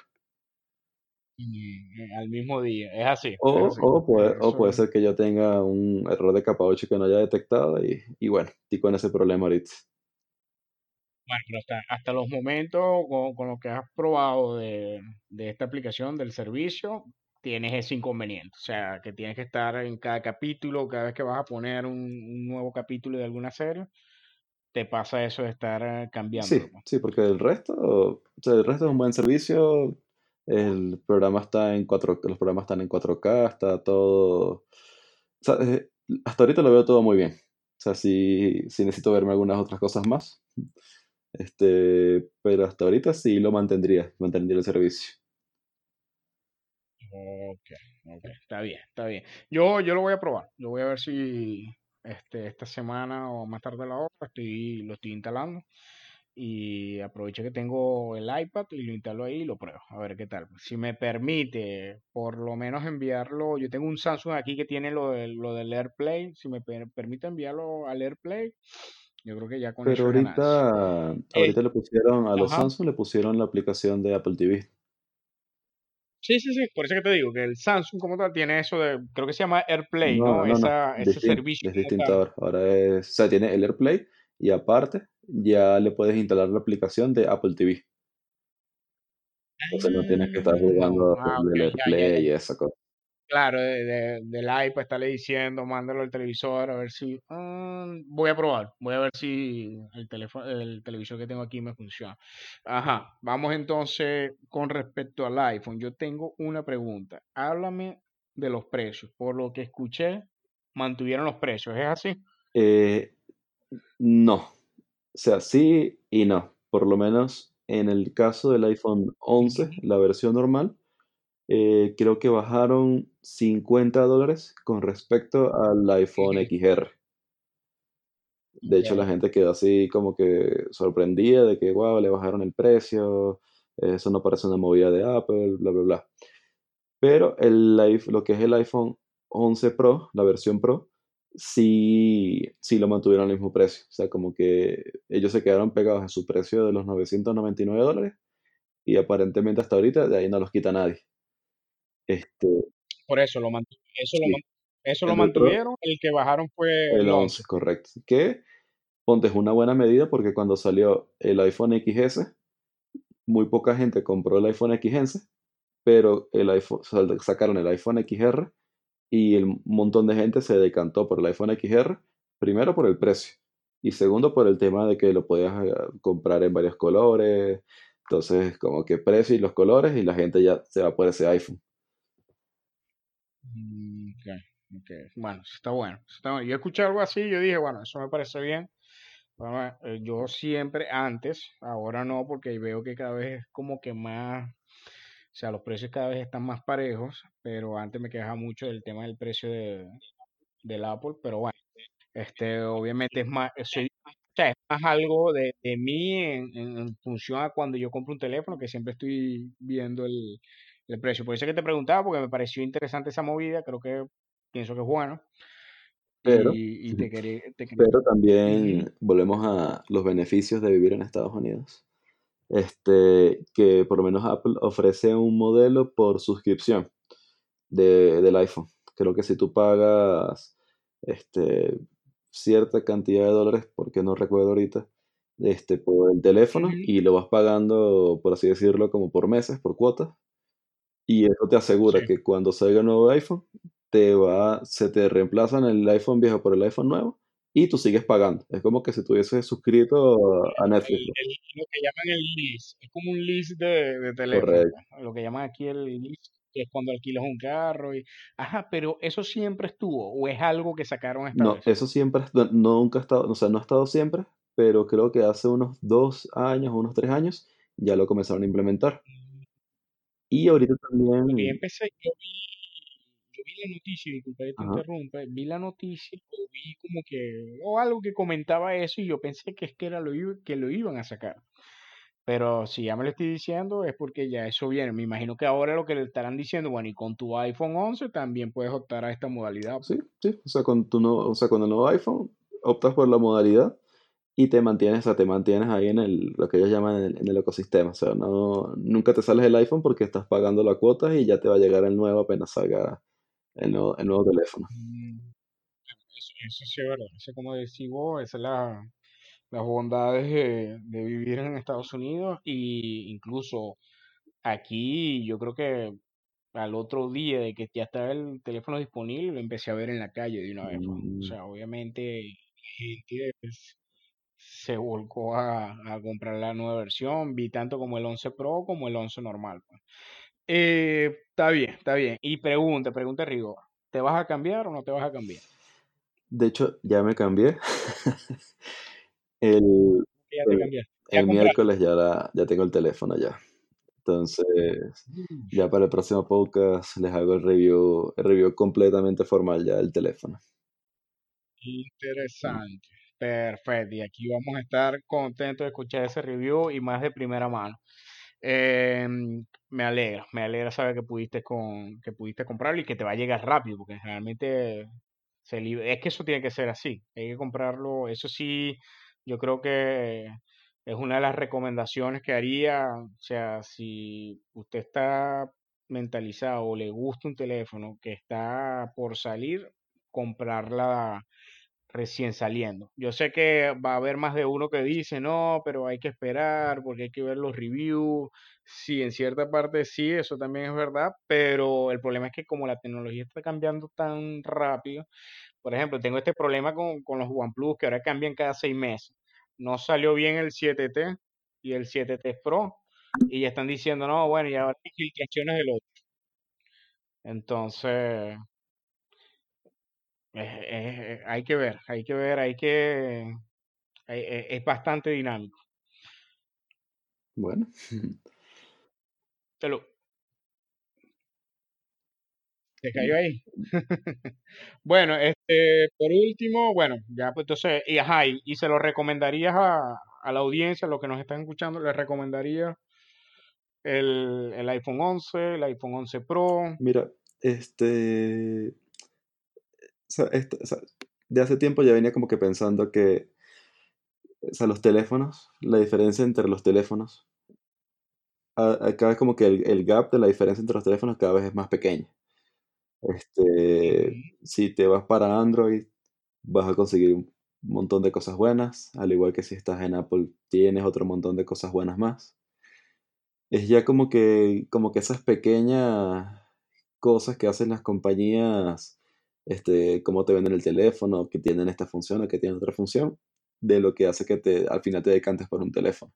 y al mismo día. Es así, O, es así. o puede Eso, ser que yo tenga un error de capa 8 que no haya detectado y bueno, estoy con ese problema ahorita. bueno, pero hasta los momentos, con lo que has probado de esta aplicación, del servicio, tienes ese inconveniente. O sea, que tienes que estar en cada capítulo, cada vez que vas a poner un nuevo capítulo de alguna serie, te pasa eso de estar cambiándolo, Sí, pues. sí, porque el resto, o sea, el resto es un buen servicio, El programa está en 4, los programas están en 4K, está todo. O sea, hasta ahorita lo veo todo muy bien. O sea, sí necesito verme algunas otras cosas más. Pero hasta ahorita sí lo mantendría el servicio. Ok, ok, está bien, está bien. Yo lo voy a probar. Yo voy a ver si esta semana o más tarde la otra lo estoy instalando. Y aprovecho que tengo el iPad y lo instalo ahí y lo pruebo. A ver qué tal. Si me permite, por lo menos enviarlo. Yo tengo un Samsung aquí que tiene lo del AirPlay. Si me permite enviarlo al AirPlay, yo creo que ya con Pero eso es ganancia. Eh, ahorita le pusieron a los ajá. Samsung, le pusieron la aplicación de Apple TV. Sí, sí, sí. Por eso que te digo que el Samsung como tal tiene eso de, creo que se llama AirPlay, No, ¿no? no, no, Ese servicio es como distinto tal. ahora. Ahora o sea, tiene el AirPlay y aparte ya le puedes instalar la aplicación de Apple TV. Entonces no tienes que estar jugando Ok, del ya, ya, AirPlay ya. y esa cosa. Claro, del iPad estarle diciendo, mándalo al televisor, a ver si, voy a probar, voy a ver si el teléfono, el televisor que tengo aquí me funciona. Ajá, vamos entonces con respecto al iPhone. Yo tengo una pregunta. Háblame de los precios. Por lo que escuché, mantuvieron los precios, ¿es así? Eh, no, o sea, sí y no. Por lo menos en el caso del iPhone 11, Ujú. la versión normal, creo que bajaron $50 con respecto al iPhone Ujú. XR. De Ok. hecho, la gente quedó así como que sorprendida de que, wow, le bajaron el precio, eso no parece una movida de Apple, bla, bla, bla. Pero lo que es el iPhone 11 Pro, la versión Pro, sí lo mantuvieron al mismo precio. O sea, como que ellos se quedaron pegados a su precio de los $999 y aparentemente hasta ahorita de ahí no los quita nadie. Este, Por eso sí, eso lo el del Pro, mantuvieron, el que bajaron fue el el 11, 11. correcto. Que ponte es una buena medida porque cuando salió el iPhone XS, muy poca gente compró el iPhone XS, pero o sea, sacaron el iPhone XR y un montón de gente se decantó por el iPhone XR, primero por el precio y segundo por el tema de que lo podías comprar en varios colores. Entonces, como que precio y los colores y la gente ya se va por ese iPhone. Ok, ok. Bueno, eso está bueno, eso está bueno. Yo escuché algo así, yo dije, bueno, eso me parece bien. Bueno, yo siempre antes, ahora no, porque veo que cada vez es como que más, o sea, los precios cada vez están más parejos, pero antes me quejaba mucho del tema del precio del Apple, pero bueno, obviamente es más, o sea, es más algo de mí en función a cuando yo compro un teléfono, que siempre estoy viendo el precio. Por eso que te preguntaba, porque me pareció interesante esa movida, creo que pienso que es bueno, Pero, y te quería. pero Ujú. también volvemos a los beneficios de vivir en Estados Unidos. Que por lo menos Apple ofrece un modelo por suscripción del iPhone. Creo que si tú pagas este, cierta cantidad de dólares, porque no recuerdo ahorita, por el teléfono Ujú. y lo vas pagando, por así decirlo, como por meses, por cuotas, y eso te Sí. asegura que cuando salga el nuevo iPhone, se te reemplazan el iPhone viejo por el iPhone nuevo y tú sigues pagando. Es como que si tuvieses suscrito a Netflix, ¿no? Lo que llaman el lease, es como un lease de teléfono, Correcto. pues, lo que llaman aquí el lease, que es cuando alquilas un carro y, ajá, pero eso siempre estuvo, o es algo que sacaron esta No, vez. eso siempre, nunca ha estado, o sea, no ha estado siempre, pero creo que hace unos 2 años, unos 3 años, ya lo comenzaron a implementar. Mm, Y ahorita Porque también, yo vi la noticia, disculpa que te ajá, interrumpa, vi la noticia o vi como que, o algo que comentaba eso y yo pensé que es que era que lo iban a sacar. Pero si ya me lo estoy diciendo es porque ya eso viene. Me imagino que ahora lo que le estarán diciendo, bueno, y con tu iPhone 11 también puedes optar a esta modalidad, sí, pues. sí, o sea, o sea, con el nuevo iPhone optas por la modalidad y te mantienes ahí lo que ellos llaman en el ecosistema. O sea, nunca te sales del iPhone porque estás pagando la cuota y ya te va a llegar el nuevo apenas salga el nuevo teléfono. Mm, eso sí es verdad. Eso como decís vos, esa es las bondades de vivir en Estados Unidos y incluso aquí yo creo que al otro día de que ya estaba el teléfono disponible, lo empecé a ver en la calle de una vez, pues. O Mm, sea, obviamente la gente se volcó a comprar la nueva versión. Vi tanto como el 11 Pro como el 11 normal, pues. Está bien, está bien. Y pregunta Rigo, ¿te vas a cambiar o no te vas a cambiar? De hecho, ya me cambié. El, Ya te el, cambiaste. Ya el compraste. miércoles ya tengo el teléfono ya. Entonces, Mm, ya para el próximo podcast les hago el review completamente formal ya del teléfono. Interesante. Perfecto. Y aquí vamos a estar contentos de escuchar ese review y más de primera mano. Me alegra saber que pudiste comprarlo y que te va a llegar rápido, porque realmente es que eso tiene que ser así. Hay que comprarlo. Eso sí, yo creo que es una de las recomendaciones que haría. O sea, si usted está mentalizado o le gusta un teléfono que está por salir, comprarla recién saliendo. Yo sé que va a haber más de uno que dice, no, pero hay que esperar porque hay que ver los reviews. Sí, en cierta parte sí, eso también es verdad, pero el problema es que como la tecnología está cambiando tan rápido, por ejemplo, tengo este problema con los OnePlus que ahora cambian cada 6 meses. No salió bien el 7T y el 7T Pro y ya están diciendo, no, bueno, y ahora hay filtraciones del otro. Entonces, hay que ver, es bastante dinámico. Bueno, Te lo, te cayó ahí. Bueno, por último, bueno, ya pues entonces, y ajá, y se lo recomendarías a la audiencia, a los que nos están escuchando, les recomendaría el iPhone 11, el iPhone 11 Pro. mira, o sea, de hace tiempo ya venía como que pensando que, o sea, los teléfonos, la diferencia entre los teléfonos, cada vez como que el gap de la diferencia entre los teléfonos cada vez es más pequeño. Ujú, Si te vas para Android, vas a conseguir un montón de cosas buenas, al igual que si estás en Apple, tienes otro montón de cosas buenas más. Es ya como que esas pequeñas cosas que hacen las compañías, cómo te venden el teléfono, que tienen esta función o que tienen otra función, de lo que hace que al final te decantes por un teléfono.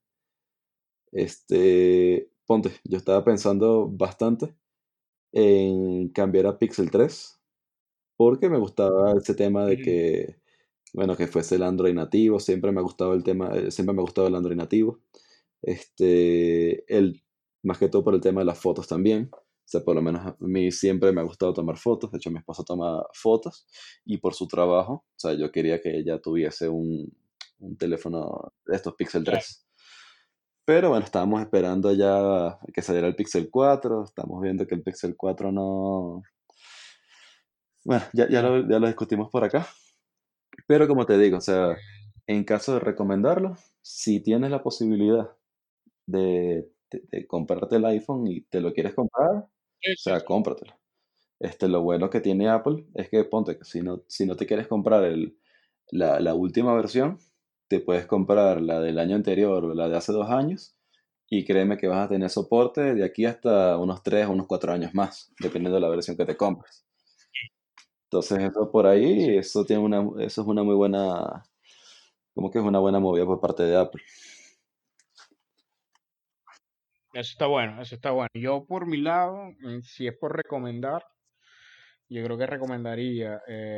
Ponte, yo estaba pensando bastante en cambiar a Pixel 3 porque me gustaba ese tema de ujú, que, bueno, que fuese el Android nativo, siempre me ha gustado el tema, siempre me ha gustado el Android nativo. Más que todo por el tema de las fotos también. O sea, por lo menos a mí siempre me ha gustado tomar fotos. De hecho, mi esposa toma fotos y por su trabajo, o sea, yo quería que ella tuviese un teléfono de estos Pixel claro, 3. Pero bueno, estábamos esperando ya a que saliera el Pixel 4. Estamos viendo que el Pixel 4 no. Bueno, no. ya lo discutimos por acá. Pero como te digo, o sea, en caso de recomendarlo, si tienes la posibilidad de comprarte el iPhone y te lo quieres comprar, o Sí, sí, sea, sí. cómpratelo. Lo bueno que tiene Apple es que ponte que si no te quieres comprar la última versión, te puedes comprar la del año anterior o la de hace 2 años y créeme que vas a tener soporte de aquí hasta unos 3 o unos 4 años más, dependiendo de la versión que te compres. Entonces eso por ahí, Sí, eso es una muy buena, como que es una buena movida por parte de Apple. eso está bueno, eso está bueno. Yo por mi lado, si es por recomendar, yo creo que recomendaría,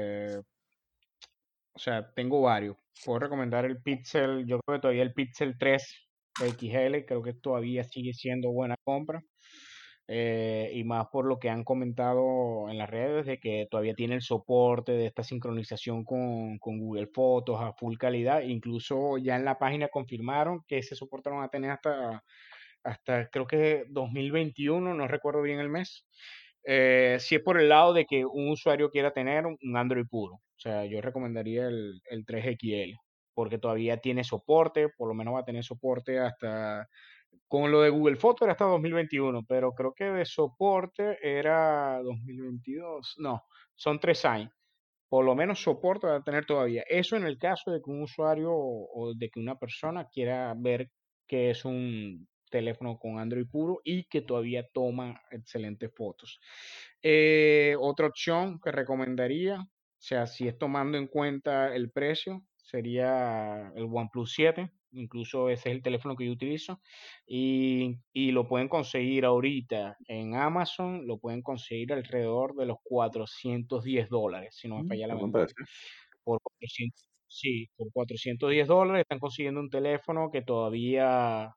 o sea, tengo varios. Puedo recomendar el Pixel, yo creo que todavía el Pixel 3 XL, creo que todavía sigue siendo buena compra. Y más por lo que han comentado en las redes de que todavía tiene el soporte de esta sincronización con Google Fotos a full calidad. Incluso ya en la página confirmaron que ese soporte lo van a tener hasta creo que 2021, no recuerdo bien el mes. Si es por el lado de que un usuario quiera tener un Android puro. O sea, yo recomendaría el 3XL, porque todavía tiene soporte, por lo menos va a tener soporte hasta, con lo de Google Fotos era hasta 2021, pero creo que de soporte era 2022. No, son 3 años. Por lo menos soporte va a tener todavía. Eso en el caso de que un usuario o de que una persona quiera ver que es un teléfono con Android puro y que todavía toma excelentes fotos. Otra opción que recomendaría, o sea, si es tomando en cuenta el precio, sería el OnePlus 7. incluso ese es el teléfono que yo utilizo, y lo pueden conseguir ahorita en Amazon, lo pueden conseguir alrededor de los $410, si no me falla la Qué buen memoria. precio. Por 400, sí, por $410 están consiguiendo un teléfono que todavía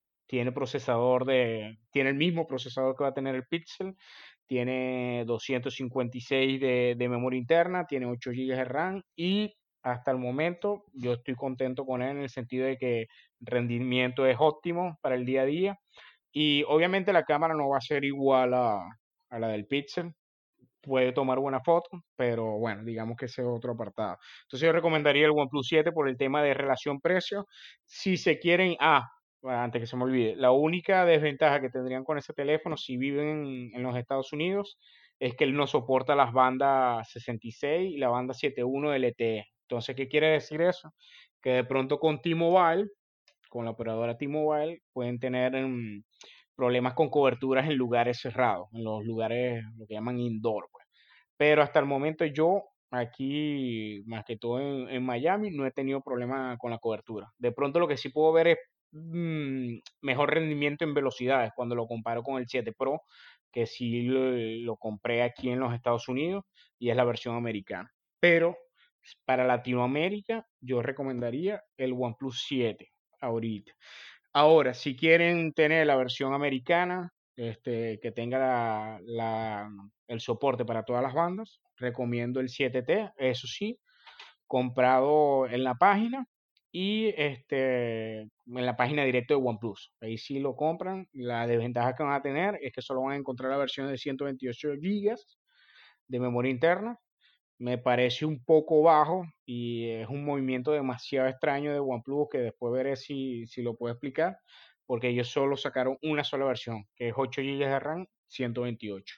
tiene el mismo procesador que va a tener el Pixel, tiene 256 de memoria interna, tiene 8 gigas de RAM y hasta el momento yo estoy contento con él en el sentido de que el rendimiento es óptimo para el día a día y obviamente la cámara no va a ser igual a la del Pixel, puede tomar buena foto, pero bueno, digamos que ese es otro apartado. Entonces yo recomendaría el OnePlus 7 por el tema de relación-precio. Si se quieren, bueno, antes que se me olvide, la única desventaja que tendrían con ese teléfono si viven en los Estados Unidos es que él no soporta las bandas 66 y la banda 71 LTE. Entonces, ¿qué quiere decir eso? Que de pronto con T-Mobile, con la operadora T-Mobile, pueden tener problemas con coberturas en lugares cerrados, en los lugares, lo que llaman indoor, pues. Pero hasta el momento yo, aquí, más que todo en Miami, no he tenido problema con la cobertura. De pronto lo que sí puedo ver es mejor rendimiento en velocidades cuando lo comparo con el 7 Pro, que sí lo compré aquí en los Estados Unidos y es la versión americana. Pero para Latinoamérica, yo recomendaría el OnePlus 7 ahorita. Ahora, si quieren tener la versión americana, que tenga el soporte para todas las bandas, recomiendo el 7T, eso sí, comprado en la página y en la página directa de OnePlus. Ahí sí lo compran. La desventaja que van a tener es que solo van a encontrar la versión de 128 gigas de memoria interna, me parece un poco bajo y es un movimiento demasiado extraño de OnePlus que después veré si lo puedo explicar, porque ellos solo sacaron una sola versión, que es 8 gigas de RAM, 128.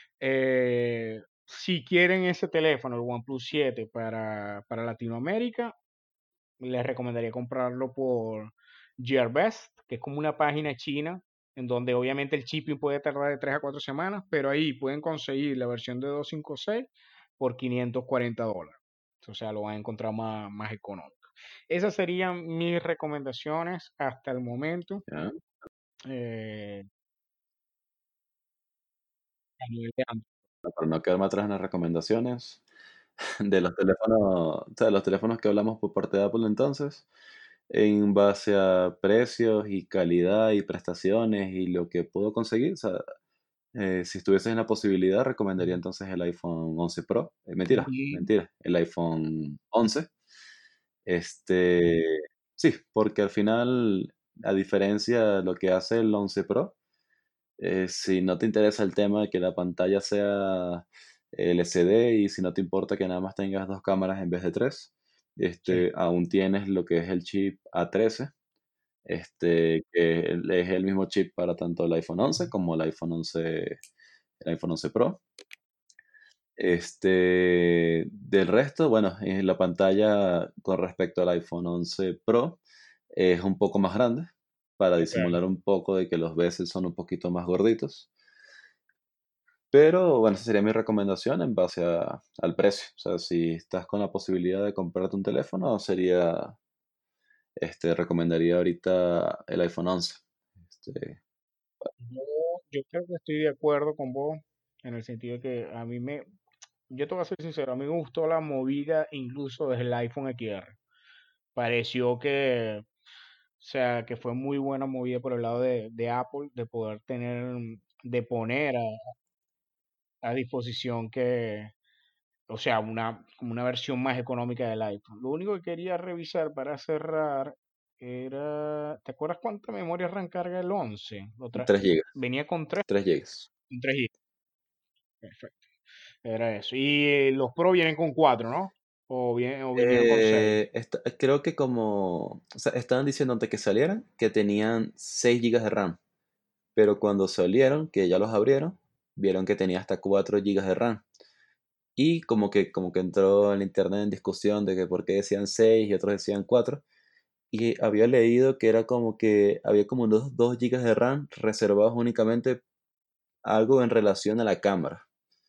Si quieren ese teléfono, el OnePlus 7 para Latinoamérica, les recomendaría comprarlo por Gearbest, que es como una página china en donde obviamente el shipping puede tardar de 3 a 4 semanas, pero ahí pueden conseguir la versión de 256 por $540. O sea, lo van a encontrar más económico. Esas serían mis recomendaciones hasta el momento. ¿Ya? eh, a nivel de Android. Para no quedarme atrás en las recomendaciones de los teléfonos, o sea, los teléfonos que hablamos por parte de Apple entonces, en base a precios y calidad y prestaciones y lo que puedo conseguir, o sea, si estuviese en la posibilidad, recomendaría entonces el iPhone 11 Pro. Mentira, Y mentira, el iPhone 11. Este, sí, porque al final, a diferencia de lo que hace el 11 Pro, si no te interesa el tema de que la pantalla sea LCD y si no te importa que nada más tengas dos cámaras en vez de tres, sí, aún tienes lo que es el chip A13, que es el mismo chip para tanto el iPhone 11 como el iPhone 11 Pro. Del resto, bueno, la pantalla con respecto al iPhone 11 Pro es un poco más grande para ok. disimular un poco de que los bezels son un poquito más gorditos. Pero bueno, esa sería mi recomendación en base al precio. O sea, si estás con la posibilidad de comprarte un teléfono, recomendaría ahorita el iPhone 11. Este, Yo, yo creo que estoy de acuerdo con vos en el sentido de que yo te voy a ser sincero, a mí me gustó la movida incluso desde el iPhone XR. Pareció o sea, que fue muy buena movida por el lado de Apple de poder de poner a disposición o sea, como una versión más económica del iPhone. Lo único que quería revisar para cerrar ¿te acuerdas cuánta memoria RAM carga el 11? 3 GB, Venía con 3, 3 gigas. con 3 GB. Perfecto. Era eso. Y los Pro vienen con 4, ¿no? O vinieron con 6. Creo que o sea, estaban diciendo antes que salieran que tenían 6 gigas de RAM, pero cuando salieron, que ya los abrieron, vieron que tenía hasta 4 gigas de RAM. Y como que entró en internet en discusión de que por qué decían 6 y otros decían 4. Y había leído que era como que había como unos 2 gigas de RAM reservados únicamente a algo en relación a la cámara.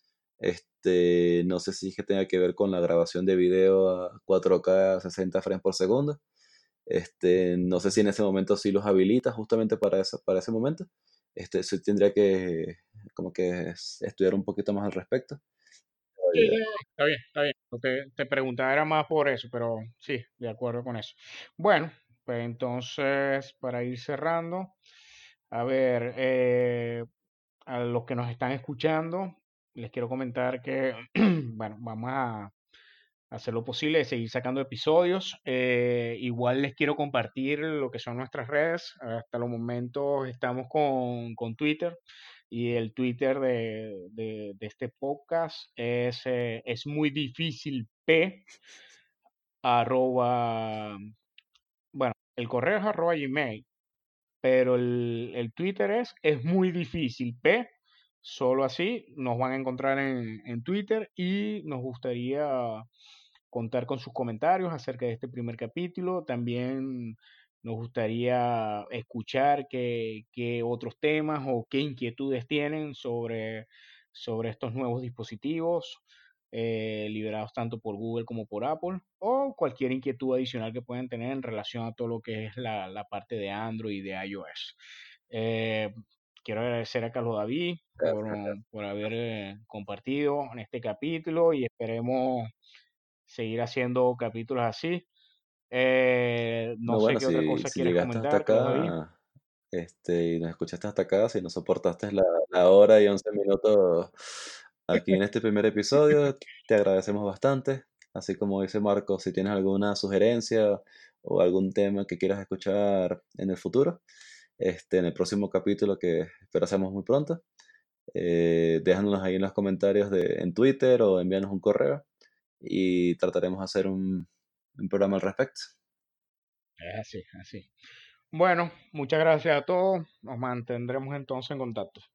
No sé si es que tenga que ver con la grabación de video a 4K 60 frames por segundo. No sé si en ese momento sí los habilita justamente para ese momento. Sí tendría que como que estudiar un poquito más al respecto. Sí, no, no, está bien, está bien. Lo que te preguntaba era más por eso, pero sí, de acuerdo con eso. Bueno, pues entonces, para ir cerrando, a ver, a los que nos están escuchando, les quiero comentar que, bueno, vamos a hacer lo posible de seguir sacando episodios. Igual les quiero compartir lo que son nuestras redes. Hasta los momentos estamos con Twitter y el Twitter de este podcast es muy difícil P arroba, bueno, el correo es arroba Gmail, pero el Twitter es muy difícil P. Solo así nos van a encontrar en Twitter y nos gustaría contar con sus comentarios acerca de este primer capítulo. También nos gustaría escuchar qué otros temas o qué inquietudes tienen sobre estos nuevos dispositivos liberados tanto por Google como por Apple o cualquier inquietud adicional que puedan tener en relación a todo lo que es la parte de Android y de iOS. Eh, Quiero agradecer a Carlos David por haber compartido en este capítulo y esperemos seguir haciendo capítulos así. No No, sé bueno, qué otra si, cosa si quieres llegaste hasta comentar, Carlos David. acá, y nos escuchaste hasta acá, si no soportaste la hora y 11 minutos aquí en este primer episodio, te agradecemos bastante. Así como dice Marco, si tienes alguna sugerencia o algún tema que quieras escuchar en el futuro, en el próximo capítulo que espero hacemos muy pronto, déjanos ahí en los comentarios en Twitter o envíanos un correo y trataremos de hacer un programa al respecto. Es así, así. Bueno, muchas gracias a todos. Nos mantendremos entonces en contacto.